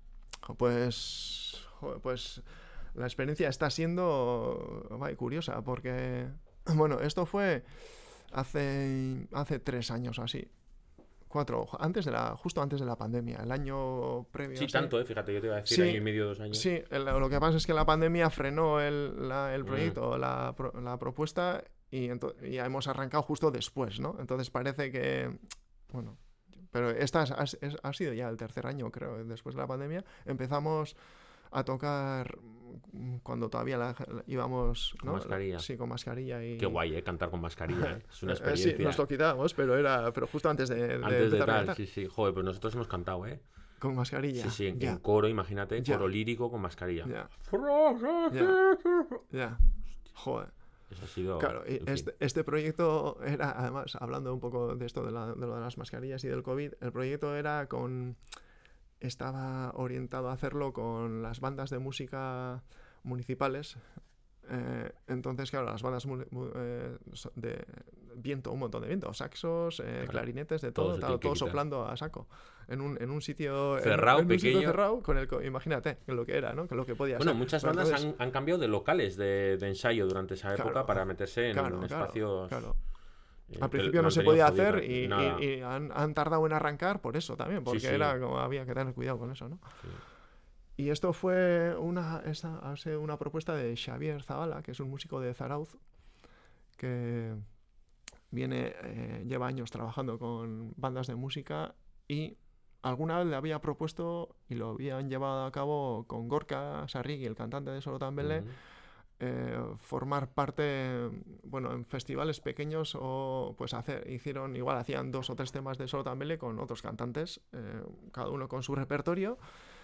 Pues, joder, pues la experiencia está siendo vaya, curiosa porque, bueno, esto fue hace, hace tres años así, cuatro, antes de la, justo antes de la pandemia, el año previo. Sí, así. tanto, ¿eh? Fíjate, yo te iba a decir Sí, año y medio, dos años. Sí, el- lo que pasa es que la pandemia frenó el, la- el Mm. proyecto, la, pro- la propuesta y, ento- y ya hemos arrancado justo después, ¿no? Entonces parece que, bueno, pero esta es- es- es- ha sido ya el tercer año, creo, después de la pandemia. Empezamos a tocar mm, cuando todavía la- la- íbamos... Con ¿no? mascarilla. Sí, con mascarilla y... Qué guay, ¿eh? Cantar con mascarilla, ¿eh? Es una Eh, sí, experiencia. nos lo quitábamos, pero era pero justo antes de, de Antes de empezar a tal, cantar. sí, sí. Joder, pues nosotros hemos cantado, ¿eh? Con mascarilla. Sí, sí, en, ya, en coro, imagínate, Ya. coro lírico con mascarilla. ya, ya. Joder. Eso ha sido... Claro, y este, este proyecto era, además, hablando un poco de esto, de, la, de lo de las mascarillas y del COVID, el proyecto era con... Estaba orientado a hacerlo con las bandas de música municipales. Eh, entonces, claro, las bandas mu- mu- eh, de viento, un montón de viento, saxos, eh, Claro. clarinetes, de Todo todo, se tal, tiene que todo quitar. soplando a saco. En un, en un sitio en- Cerrado, en, un sitio pequeño. cerrado, con el co- imagínate lo que era, ¿no? Que lo que podía Bueno, ser. muchas Pero bandas entonces, han, han cambiado de locales de, de ensayo durante esa época Claro, para meterse en claro, claro, espacios... claro. eh, Al que principio no no han se tenido podía jodido hacer y, nada. y- y han, han tardado en arrancar por eso también, porque Sí, sí. era como había que tener cuidado con eso, ¿no? Sí. Y esto fue una, esa, ha sido una propuesta de Xavier Zavala, que es un músico de Zarauz, que viene, eh, lleva años trabajando con bandas de música y alguna vez le había propuesto y lo habían llevado a cabo con Gorka Sarrigui, el cantante de Sorotambele, Ujú. eh, formar parte, bueno, en festivales pequeños o pues hacer, hicieron, igual hacían dos o tres temas de Sorotambele con otros cantantes, eh, cada uno con su repertorio.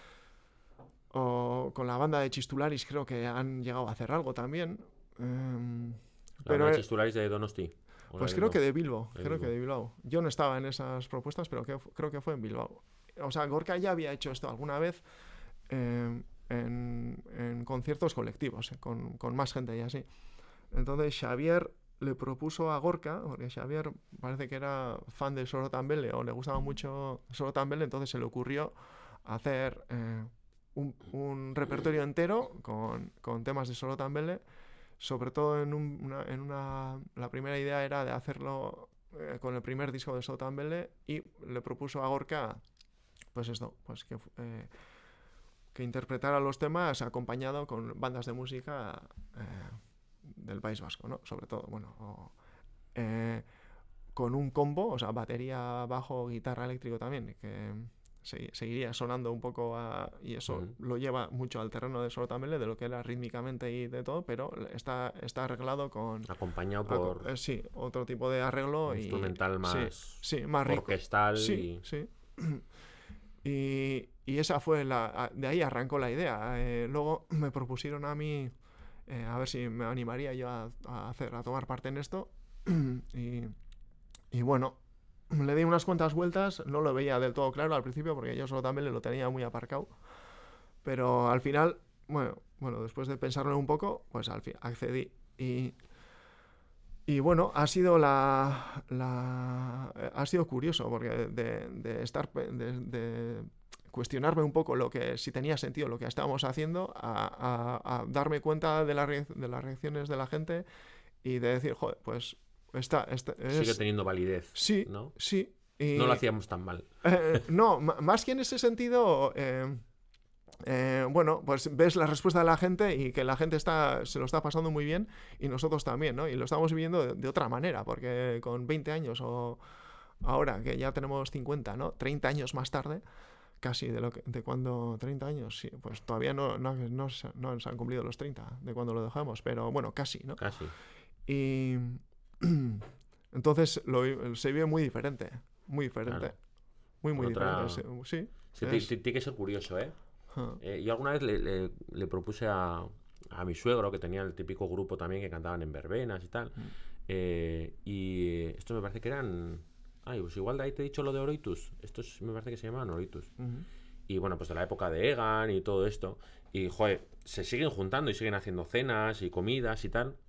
O con la banda de Chistularis creo que han llegado a hacer algo también. em, La pero banda eh, de Chistularis de Donosti. ¿O pues la creo Bilbao? que de Bilbao, De creo que Bilbao. de Bilbao. Yo no estaba en esas propuestas, pero que fu- creo que fue en Bilbao. O sea, Gorka ya había hecho esto alguna vez em, en, en conciertos colectivos, eh, con, con más gente y así. Entonces Xavier le propuso a Gorka, porque Xavier parece que era fan de Sorotambele o le gustaba mucho Sorotambele, entonces se le ocurrió hacer eh, un, un repertorio entero con, con temas de Sorotambele, sobre todo en, un- una, en una... La primera idea era de hacerlo eh, con el primer disco de Sorotambele y le propuso a Gorka, pues esto, pues que, fu- eh, que interpretara los temas acompañado con bandas de música eh, del País Vasco, ¿no? Sobre todo, bueno, o, eh, con un combo, o sea, batería, bajo, guitarra, eléctrico también, que se- seguiría sonando un poco a, y eso Ujú. lo lleva mucho al terreno de Sorotambele, de lo que era rítmicamente y de todo, pero está, está arreglado con... Acompañado aco- por eh, sí, otro tipo de arreglo un y... instrumental sí, más sí, más rico. orquestal. Sí, y... sí. Y, y esa fue la... a- De ahí arrancó la idea. Eh, luego me propusieron a mí eh, a ver si me animaría yo a, a hacer, a tomar parte en esto. y, y bueno, le di unas cuantas vueltas. No lo veía del todo claro al principio porque yo solo también lo tenía muy aparcado. Pero al final, bueno, bueno, después de pensarlo un poco, pues al fin accedí. Y... Y bueno, ha sido la, la eh, ha sido curioso porque de, de estar pe- de, de cuestionarme un poco lo que si tenía sentido lo que estábamos haciendo a, a- a darme cuenta de, la re- de las reacciones de la gente y de decir, joder, pues esta, esta Sigue es- teniendo validez, sí, ¿no? sí. Y, No lo hacíamos tan mal. eh, no, ma- más que en ese sentido, eh, eh, bueno, pues ves la respuesta de la gente y que la gente está, se lo está pasando muy bien y nosotros también, ¿no? Y lo estamos viviendo de, de otra manera, porque con veinte años o ahora que ya tenemos cincuenta, ¿no? treinta años más tarde, casi de lo que, de cuando treinta años, sí, pues todavía no, no, no, se- no se han cumplido los treinta de cuando lo dejamos, pero bueno, casi, ¿no? Casi. Y entonces lo, vi- se vive muy diferente, muy diferente. Claro. Muy, muy Otra- diferente. Sí. Sí, es- ti- ti- tiene que ser curioso, ¿eh? Ajá. Eh, yo alguna vez le, le- le propuse a, a mi suegro, que tenía el típico grupo también que cantaban en verbenas y tal. Mm. eh, y esto me parece que eran... Ay, pues igual de ahí te he dicho lo de Oroitus. Estos me parece que se llamaban Oroitus. Ujú. Y bueno, pues de la época de Egan y todo esto. Y, joder, se siguen juntando y siguen haciendo cenas y comidas y tal.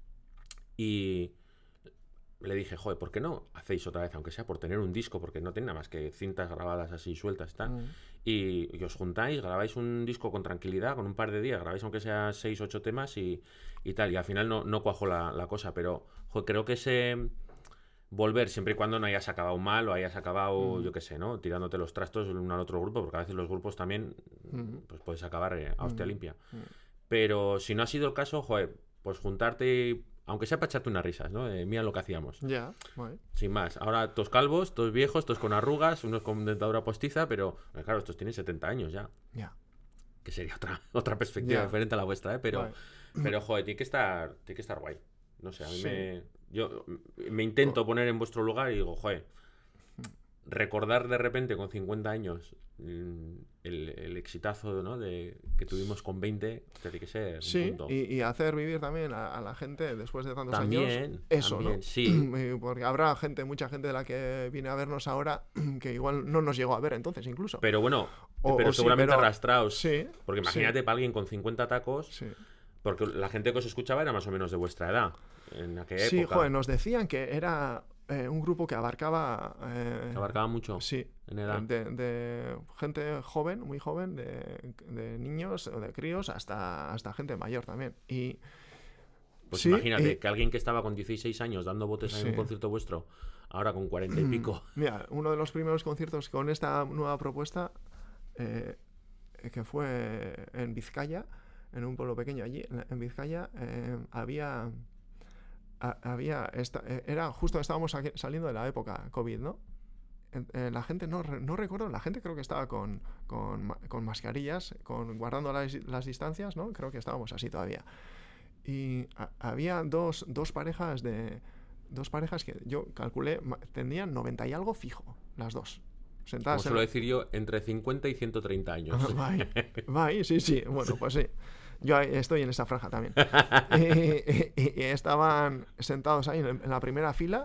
Y le dije, joder, ¿por qué no hacéis otra vez, aunque sea por tener un disco? Porque no tiene nada más que cintas grabadas así sueltas y tal. Mm. Y, y os juntáis, grabáis un disco con tranquilidad, con un par de días, grabáis aunque sea seis, ocho temas y, y tal. Y al final no, no cuajó la, la cosa, pero joder, creo que ese volver, siempre y cuando no hayas acabado mal o hayas acabado, Mm. yo qué sé, ¿no? Tirándote los trastos el uno al otro grupo, porque a veces los grupos también, Mm. pues puedes acabar eh, a hostia Mm. limpia. Mm. Pero si no ha sido el caso, joder, pues juntarte, y- aunque sea para echarte unas risas, ¿no? Eh, mira lo que hacíamos. Ya, guay. Sin más. Ahora todos calvos, todos viejos, todos con arrugas, unos con dentadura postiza, pero eh, claro, estos tienen setenta años ya. Ya. Que sería otra, otra perspectiva Ya. diferente a la vuestra, ¿eh? Pero, Guay. pero joder, tiene que estar, tiene que estar guay. No sé, a mí Sí. me... Yo me intento poner en vuestro lugar y digo, joder, recordar de repente con cincuenta años mm, el, el exitazo, ¿no? De, que tuvimos con veinte, tiene que ser un Sí, punto. y, y hacer vivir también a, a la gente después de tantos También, años eso, también, ¿no? sí. Porque habrá gente, mucha gente de la que viene a vernos ahora que igual no nos llegó a ver entonces incluso. Pero bueno, O- pero o sí, seguramente pero- arrastrados. Sí, Porque imagínate sí, para alguien con cincuenta tacos, sí. porque la gente que os escuchaba era más o menos de vuestra edad, en aquella Sí, época. joder, nos decían que era eh, un grupo que abarcaba... eh, Que abarcaba mucho Sí, en edad. de, de gente joven, muy joven, de, de niños o de críos hasta, hasta gente mayor también. Y Pues sí, imagínate y- que alguien que estaba con dieciséis años dando botes en Sí. un concierto vuestro, ahora con cuarenta y pico. Mira, uno de los primeros conciertos con esta nueva propuesta, eh, que fue en Vizcaya, en un pueblo pequeño allí, en, en Vizcaya, eh, había... a- había esta- eh, era justo estábamos aquí- saliendo de la época COVID, ¿no? En- eh, la gente, no, re- no recuerdo, la gente creo que estaba con, con, ma- con mascarillas, con, guardando las, las distancias, ¿no? Creo que estábamos así todavía. Y a- había dos, dos parejas de... Dos parejas que yo calculé, ma- tenían noventa y algo fijo, las dos. Como Sentadas en suelo la- decir yo, entre cincuenta y ciento treinta años. Va ahí, va ahí, sí, sí. Bueno, pues sí. Yo ahí estoy en esa franja también. y, y- y estaban sentados ahí en, en la primera fila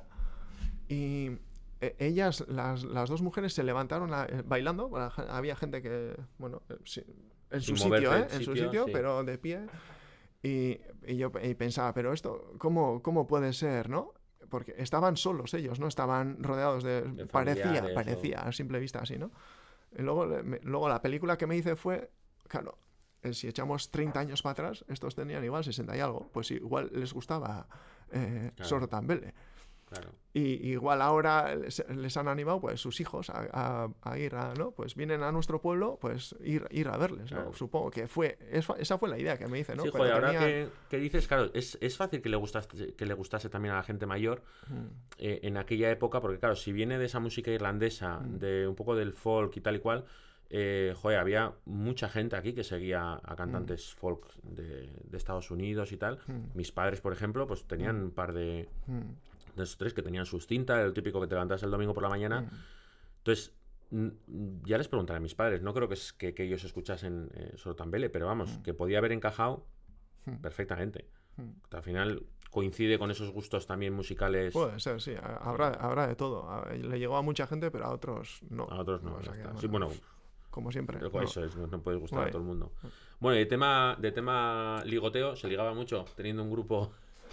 y eh, ellas, las, las dos mujeres, se levantaron a- eh, bailando. Bueno, ja- había gente que, bueno, eh, sí, en su Sin moverte sitio, ¿eh? del En su sitio, sitio, sí. pero de pie. Y, y yo y pensaba, pero esto, ¿cómo, cómo puede ser, no? Porque estaban solos ellos, ¿no? Estaban rodeados de... De parecía, familiares, o- parecía, a simple vista así, ¿no? Y luego, le- me- luego la película que me hice fue, claro, eh, si echamos treinta años para atrás, estos tenían igual sesenta y algo, pues igual les gustaba eh, Claro. Sor Tambele. Claro. Y igual ahora les, les han animado pues sus hijos a, a- a ir a, ¿no? Pues vienen a nuestro pueblo, pues ir, ir a verles, ¿no? Claro. Supongo que fue, esa esa fue la idea que me hice, ¿no? Sí, Pero joder, ahora tenían- que, que dices, claro, es, es fácil que le, gustase, que le gustase también a la gente mayor Mm, eh, en aquella época, porque claro, si viene de esa música irlandesa, Mm. de un poco del folk y tal y cual, eh, joder, había mucha gente aquí que seguía a cantantes folk de, de Estados Unidos y tal. mm, Mis padres, por ejemplo, pues tenían un par de, mm, de esos tres que tenían sus cintas, el típico que te levantas el domingo por la mañana. mm. Entonces, mm, ya les preguntaré a mis padres, no creo que, es- que, que ellos escuchasen eh, Sor Tambele, pero vamos, Mm. que podía haber encajado Mm. perfectamente. Mm. Al final coincide con esos gustos también musicales. Puede ser, sí. ha- Habrá, habrá de todo. A- Le llegó a mucha gente, pero a otros no. A otros no. O sea ya que, está. Sí, bueno, como siempre. pero no. eso es, no, no puedes gustar a Guay. todo el mundo. Bueno, y de tema, de tema ligoteo, se ligaba mucho teniendo un grupo.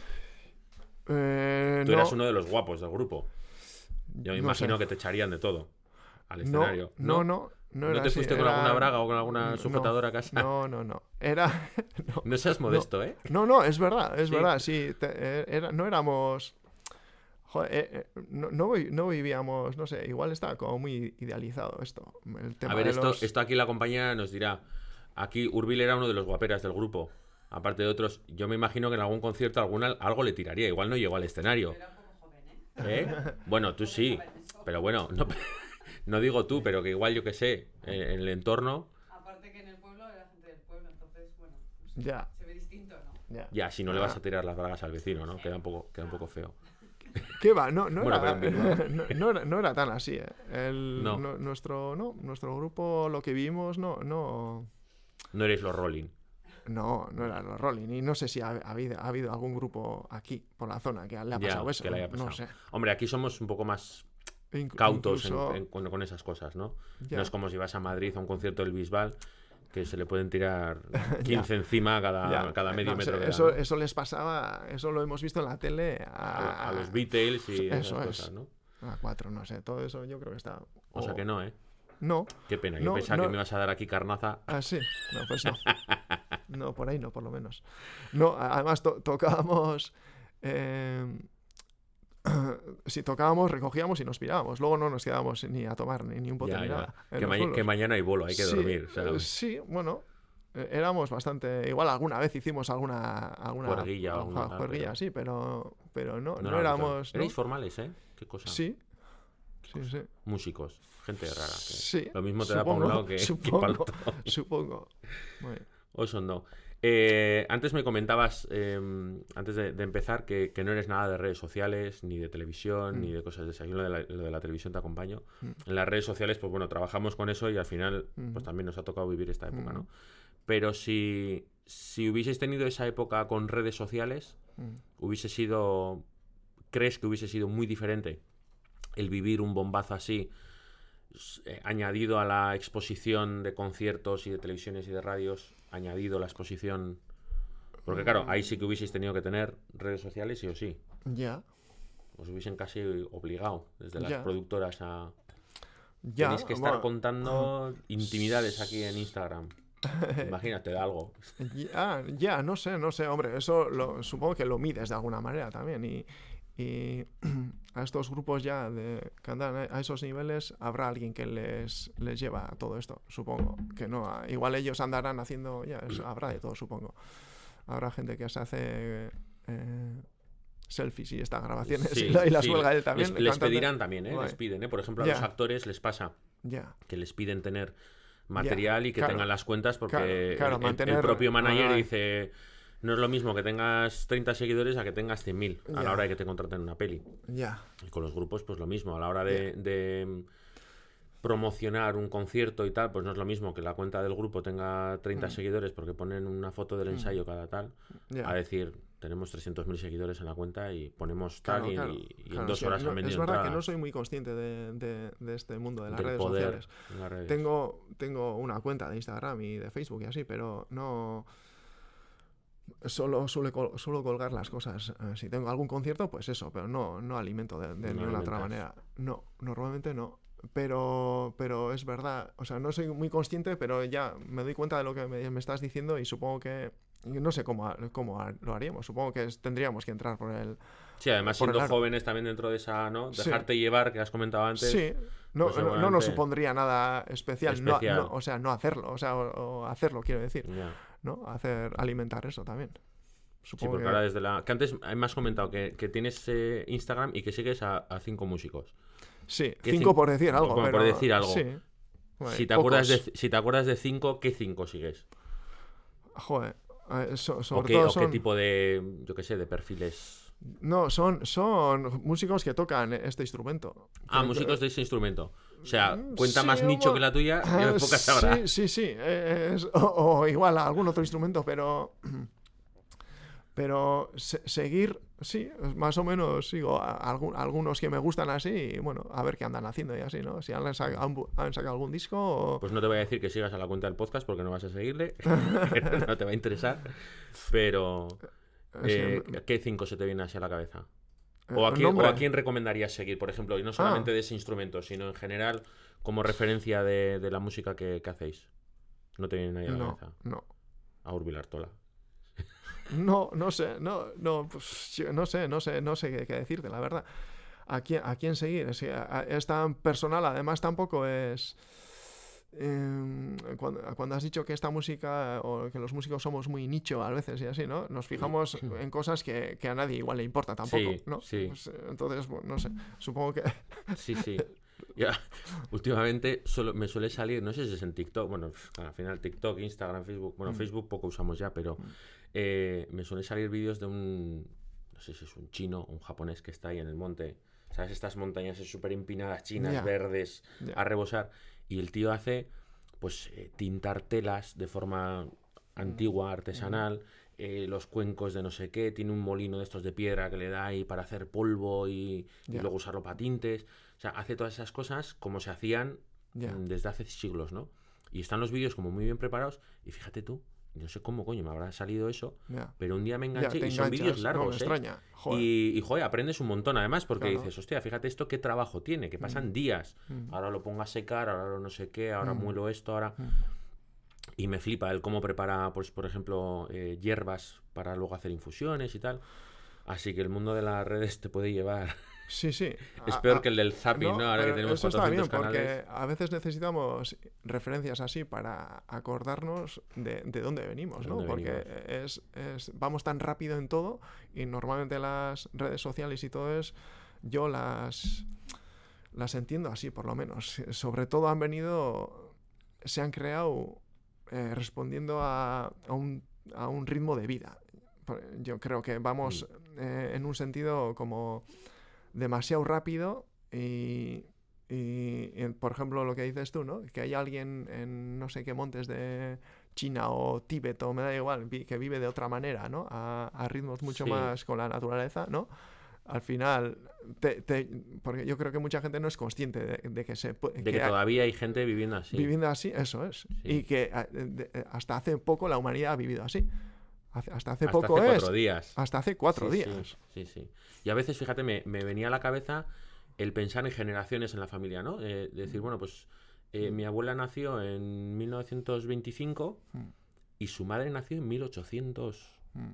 Eh, Tú no, eras uno de los guapos del grupo. Yo me no imagino sé. que te echarían de todo al No, escenario. no, no. No, ¿No era te así, fuiste con era- alguna braga o con alguna no, sujetadora a casa? No, no, no. Era. No, No seas modesto, ¿eh? no, no, es verdad, es Sí. verdad. Sí, te- eh, era- no éramos. Joder, eh, eh, no, no, vi- no vivíamos, no sé, igual estaba como muy idealizado esto. El tema A ver, de esto, los- esto aquí la compañía nos dirá. Aquí Urbil era uno de los guaperas del grupo. Aparte de otros, yo me imagino que en algún concierto alguna, algo le tiraría. Igual no llegó al escenario. Era un poco joven, ¿eh? ¿Eh? Bueno, tú sí. Pero bueno, no, no digo tú, pero que igual yo que sé, eh, en el entorno, Aparte que en el pueblo era gente del pueblo, entonces, bueno, no sé, Ya, se ve distinto, ¿no? ya. ya, si no le vas a tirar las bragas al vecino, ¿no? Queda un poco, queda un poco feo. ¿Qué va? No, no, Bueno, era, pero en Bilbao. no, no era, no era tan así, ¿eh? El- No. no- nuestro, no, nuestro grupo, lo que vimos, no, no, No eres los Rolling. no, no era los Rolling. Y no sé si ha, ha habido, ha habido algún grupo aquí, por la zona, que le ha Ya, pasado eso. que le haya pasado. No sé. Hombre, aquí somos un poco más Inc- cautos en- incluso- en- con, con esas cosas, ¿no? Ya. No es como si vas a Madrid a un concierto del Bisbal, que se le pueden tirar quince encima cada, Ya, cada medio no metro sé, que da, eso, ¿no? eso les pasaba, eso lo hemos visto en la tele a, a, a los Beatles y esas Eso es. cosas, ¿no? a cuatro, no sé, todo eso yo creo que está... O sea que no, ¿eh? No, Qué pena. Yo No, pensaba no. que me ibas a dar aquí carnaza. ah, sí, no, pues no. No, por ahí no, por lo menos. No, a- además to- tocábamos... eh, si tocábamos, recogíamos y nos pirábamos. Luego no nos quedábamos ni a tomar ni, ni un pote Ya, ni ya. nada. en Que, los ma- pueblos. que mañana hay bolo, hay que Sí, dormir. eh, ¿sabes? sí, bueno, eh, éramos bastante... Igual alguna vez hicimos alguna... alguna Juerguilla o alguna alguna, juerguilla, pero- sí, pero, pero no, no, era éramos... habitual. Erais ¿no? formales, ¿eh? Qué cosa. Sí, sí, sí. Músicos, gente rara. Que Sí, lo mismo te da para un lado que, que supongo, para otro. supongo. Muy bien. O eso no. Eh, antes me comentabas, eh, antes de, de empezar, que, que no eres nada de redes sociales, ni de televisión, Mm. ni de cosas de esas. Yo lo de, la, lo de la televisión te acompaño. Mm. En las redes sociales, pues bueno, trabajamos con eso y al final, Mm. pues también nos ha tocado vivir esta época, Mm. ¿no? Pero si, si hubieses tenido esa época con redes sociales, Mm. hubiese sido... ¿Crees que hubiese sido muy diferente el vivir un bombazo así, eh, añadido a la exposición de conciertos y de televisiones y de radios, añadido la exposición? Porque claro, ahí sí que hubieseis tenido que tener redes sociales sí o sí. Ya, Os hubiesen casi obligado desde las Ya. productoras a... ya. Tenéis que estar bueno, contando intimidades aquí en Instagram. Imagínate, da algo. Ya, ya, no sé, no sé, hombre, eso lo, supongo que lo mides de alguna manera también y, y a estos grupos ya de, que andan a esos niveles habrá alguien que les, les lleva a todo esto, supongo, que no, a- igual ellos andarán haciendo, ya, es- habrá de todo, supongo. Habrá gente que se hace eh, selfies y estas grabaciones Sí, y, la- y las sí, cuelga él también. Les, les cantando. pedirán también, ¿eh? Guay. Les piden, ¿eh? Por ejemplo, a Ya. los actores les pasa Ya, que les piden tener material y que claro. tengan las cuentas porque Claro, claro, el- el, mantener- el propio manager ah, dice no es lo mismo que tengas treinta seguidores a que tengas cien mil a Ya. la hora de que te contraten una peli. ya, Y con los grupos pues lo mismo, a la hora de, de mm, promocionar un concierto y tal, pues no es lo mismo que la cuenta del grupo tenga treinta Mm. seguidores porque ponen una foto del ensayo cada tal, ya. a decir tenemos trescientos mil seguidores en la cuenta y ponemos tal Claro, y, claro, y en claro, dos sí, horas no, han vendido es verdad que no entradas soy muy consciente de, de- de este mundo de las del redes poder sociales. en las redes. Tengo, tengo una cuenta de Instagram y de Facebook y así, pero no. Solo suele col- suelo colgar las cosas. Eh, si tengo algún concierto, pues eso, pero no, no alimento de, de No ninguna otra alimentas. manera. No, normalmente no. Pero, pero es verdad, o sea, no soy muy consciente, pero ya me doy cuenta de lo que me, me estás diciendo y supongo que. No sé cómo, ha- cómo ha- lo haríamos. Supongo que es- tendríamos que entrar por el. Sí, además por el siendo aro. jóvenes también dentro de esa, ¿no? Sí. Dejarte llevar, que has comentado antes. Sí, no, pues no- no nos seguramente- supondría nada especial, no- Especial. no- o sea, no hacerlo, o sea, o, o hacerlo, quiero decir, Ya. ¿no? Hacer, alimentar eso también. Sí, Supongo porque que... ahora desde la... Que antes me has comentado que, que tienes eh, Instagram y que sigues a, a cinco músicos. Sí, ¿Qué cinco cin- por decir algo, por- por pero... decir algo. Sí. Joder, Si te, acuerdas de, pocos. si te acuerdas de cinco, ¿qué cinco sigues? Joder, eh, so- ¿O sobre qué, todo o qué son... tipo de, yo qué sé, de perfiles? No, son, son músicos que tocan este instrumento. Ah, Que- músicos de ese instrumento. O sea, Mm, cuenta sí, más nicho bueno, que la tuya, Ah, y pocas sabrás. Sí, sí, sí. eh, es- o, o igual a algún otro instrumento, pero. Pero se- seguir, sí, más o menos sigo a, algún- algunos que me gustan así y bueno, a ver qué andan haciendo y así, ¿no? Si han, sa- han bu- han sacado algún disco o. Pues no te voy a decir que sigas a la cuenta del podcast porque no vas a seguirle, no te va a interesar. Pero, es eh, que- ¿qué cinco se te viene así a la cabeza? eh, ¿O a, quién, nombre. o a quién recomendarías seguir, por ejemplo? Y no solamente Ah. de ese instrumento, sino en general como referencia de, de la música que, que hacéis. No te viene nadie a la No, cabeza. no. A Urbil Artola. No, no sé, no, no, pues, yo no sé, no sé, no sé qué, qué decirte, la verdad. ¿A quién, a quién seguir? Es, que, a- a- es tan personal, además tampoco es... em, cuando, cuando has dicho que esta música o que los músicos somos muy nicho a veces y así, ¿no? Nos fijamos en cosas que, que a nadie igual le importa tampoco, Sí, ¿no? sí. Pues, eh, entonces, bueno, no sé, supongo que... Sí, sí. Ya, últimamente solo, me suele salir, no sé si es en TikTok, bueno, pf, al final TikTok, Instagram, Facebook, bueno, Mm. Facebook poco usamos ya, pero eh, me suelen salir vídeos de un, no sé si es un chino o un japonés que está ahí en el monte, ¿sabes? Estas montañas súper empinadas, chinas, Ya. verdes, Ya. a rebosar, y el tío hace, pues, eh, tintar telas de forma antigua, artesanal, eh, los cuencos de no sé qué, tiene un molino de estos de piedra que le da ahí para hacer polvo y, y Ya. luego usarlo para tintes. O sea, hace todas esas cosas como se hacían Ya. mm, desde hace siglos, ¿no? Y están los vídeos como muy bien preparados. Y fíjate tú, no sé cómo coño me habrá salido eso, Ya. pero un día me Ya, enganché te y son vídeos enganchas, no me largos, ¿eh? extraña, joder. Y, y, joder, aprendes un montón además porque Claro. dices, hostia, fíjate esto qué trabajo tiene, que pasan días. Mm. Ahora lo pongo a secar, ahora lo no sé qué, ahora Mm. muelo esto, ahora... Mm. Y me flipa el cómo prepara, pues, por ejemplo, eh, hierbas para luego hacer infusiones y tal. Así que el mundo de las redes te puede llevar. Sí, sí. Es A- peor a- que el del zapping, ¿no? Ahora que pero tenemos eso está bien, cuatrocientos canales. porque a veces necesitamos referencias así para acordarnos de, de dónde venimos, De ¿no? dónde Porque venimos. es, es- vamos tan rápido en todo y normalmente las redes sociales y todo es, yo las, las entiendo así, por lo menos. Sobre todo han venido, se han creado eh, respondiendo a, a un a un ritmo de vida. Yo creo que vamos Mm. eh, en un sentido como demasiado rápido y, y, y, por ejemplo, lo que dices tú, ¿no? Que hay alguien en no sé qué montes de China o Tíbet o me da igual, vi- que vive de otra manera, ¿no? A, a ritmos mucho Sí. más con la naturaleza, ¿no? Al final, te- te- porque yo creo que mucha gente no es consciente de, de que se puede... De que hay- todavía hay gente viviendo así. viviendo así, eso es. Sí. Y que a- de- hasta hace poco la humanidad ha vivido así. Hace- hasta hace Hasta poco hace es... cuatro días. Hasta hace cuatro Sí, días. Sí, sí, sí. Y a veces, fíjate, me, me venía a la cabeza el pensar en generaciones en la familia, ¿no? Eh, decir, bueno, pues eh, mi abuela nació en mil novecientos veinticinco Mm, y su madre nació en mil ochocientos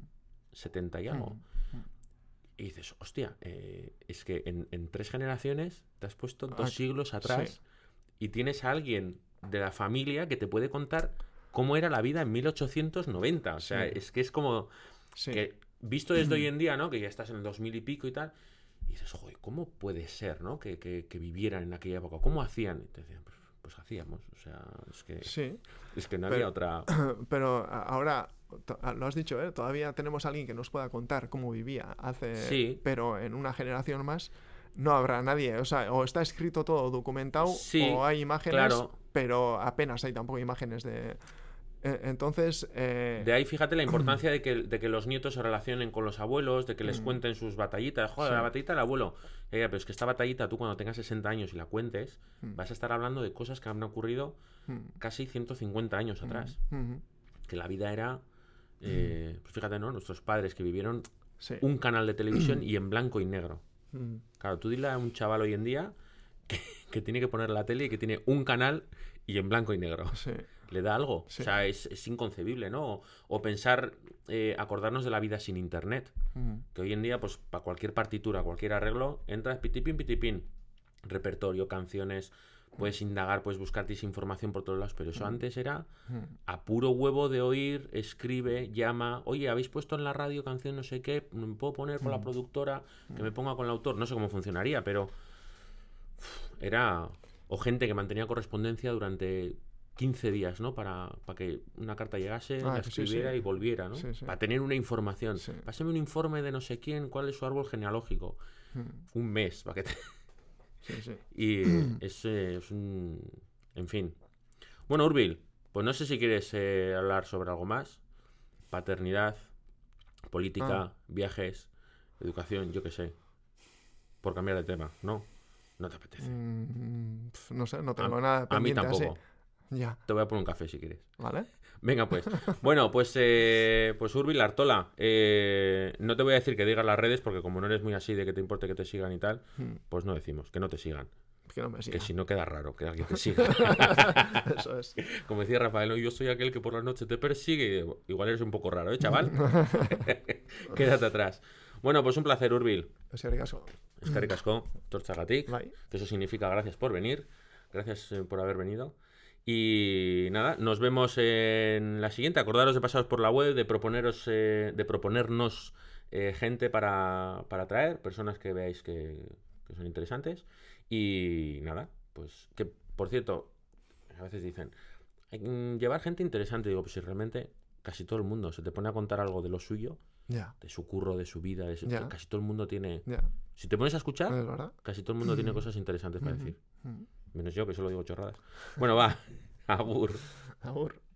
setenta mm, y algo. mm. Y dices, hostia, eh, es que en, en tres generaciones te has puesto dos Ah, siglos atrás sí. y tienes a alguien de la familia que te puede contar cómo era la vida en mil ochocientos noventa. O sea, Sí. es que es como Sí. que visto desde hoy en día, ¿no? Que ya estás en el dos mil y pico y tal, y dices, ojo, ¿cómo puede ser, ¿no? Que, que, que vivieran en aquella época. ¿Cómo hacían? Y te decían, pues, pues hacíamos. O sea, es que, Sí. es que no Pero- había otra... Pero a- ahora, to- lo has dicho, ¿eh? Todavía tenemos a alguien que nos pueda contar cómo vivía hace... Sí. Pero en una generación más no habrá nadie. O sea, o está escrito todo documentado, Sí, o hay imágenes, claro. pero apenas hay tampoco imágenes de... eh, Entonces... eh, De ahí, fíjate, la importancia de que, de que los nietos se relacionen con los abuelos, de que les Mm. cuenten sus batallitas. Joder, Sí. la batallita del abuelo. Ya, ya, pero es que esta batallita, tú cuando tengas sesenta años y la cuentes, Mm. vas a estar hablando de cosas que han ocurrido mm, casi ciento cincuenta años atrás. mm, mm, Que la vida era... eh, pues fíjate, ¿no? Nuestros padres que vivieron sí. un canal de televisión y en blanco y negro. Mm, Claro, tú dile a un chaval hoy en día que, que tiene que poner la tele y que tiene un canal y en blanco y negro. sí. ¿Le da algo? Sí. O sea, es, es inconcebible, ¿no? O, o pensar, eh, acordarnos de la vida sin internet. Mm, Que hoy en día, pues, para cualquier partitura, cualquier arreglo, entras pitipín, pitipín. Repertorio, canciones, puedes indagar, puedes buscarte esa información por todos lados, pero eso antes era mm, a puro huevo de oír, escribe, llama, oye, ¿habéis puesto en la radio canción no sé qué? ¿Me puedo poner con la Mm. productora? Que me ponga con el autor. No sé cómo funcionaría, pero uf, era... O gente que mantenía correspondencia durante quince días, ¿no? Para, para que una carta llegase, Ah, la sí, sí. escribiera y volviera, ¿no? Sí, sí. Para tener una información. Sí. Pásame un informe de no sé quién, cuál es su árbol genealógico. mm, Un mes, para que te... sí, sí. Y es, eh, es un... En fin. Bueno, Urbil, pues no sé si quieres eh, hablar sobre algo más. Paternidad, política, Ah. viajes, educación, yo qué sé. Por cambiar de tema, ¿no? No te apetece. Mm, pf, no sé, no A- tengo nada A mí pendiente así. tampoco. Ya, Te voy a poner un café si quieres. ¿vale? Venga, pues. Bueno, pues, eh, pues Urbil Artola, eh, no te voy a decir que digas las redes porque como no eres muy así de que te importe que te sigan y tal, Mm, pues no decimos, que no te sigan. que no me siga. Que si no queda raro que alguien te siga. Eso es. Como decía Rafael, ¿no? Yo soy aquel que por la noche te persigue y digo, igual eres un poco raro, ¿eh, chaval? Quédate atrás. Bueno, pues un placer, Urbil. Eskerrik asko. Eskerrik asko, torchagatik, Bai. que eso significa gracias por venir, gracias eh, por haber venido. Y nada, nos vemos en la siguiente. Acordaros de pasaros por la web, de proponeros, eh, de proponernos eh, gente para, para traer, personas que veáis que, que son interesantes. Y nada, pues que por cierto, a veces dicen, hay que llevar gente interesante. Digo, pues si realmente casi todo el mundo se te pone a contar algo de lo suyo, Ya, de su curro, de su vida, de su- Ya. casi todo el mundo tiene... ya. Si te pones a escuchar, Es verdad. casi todo el mundo tiene cosas interesantes para decir. Mm. Menos yo, que solo digo chorradas. Bueno, va. Agur. Agur.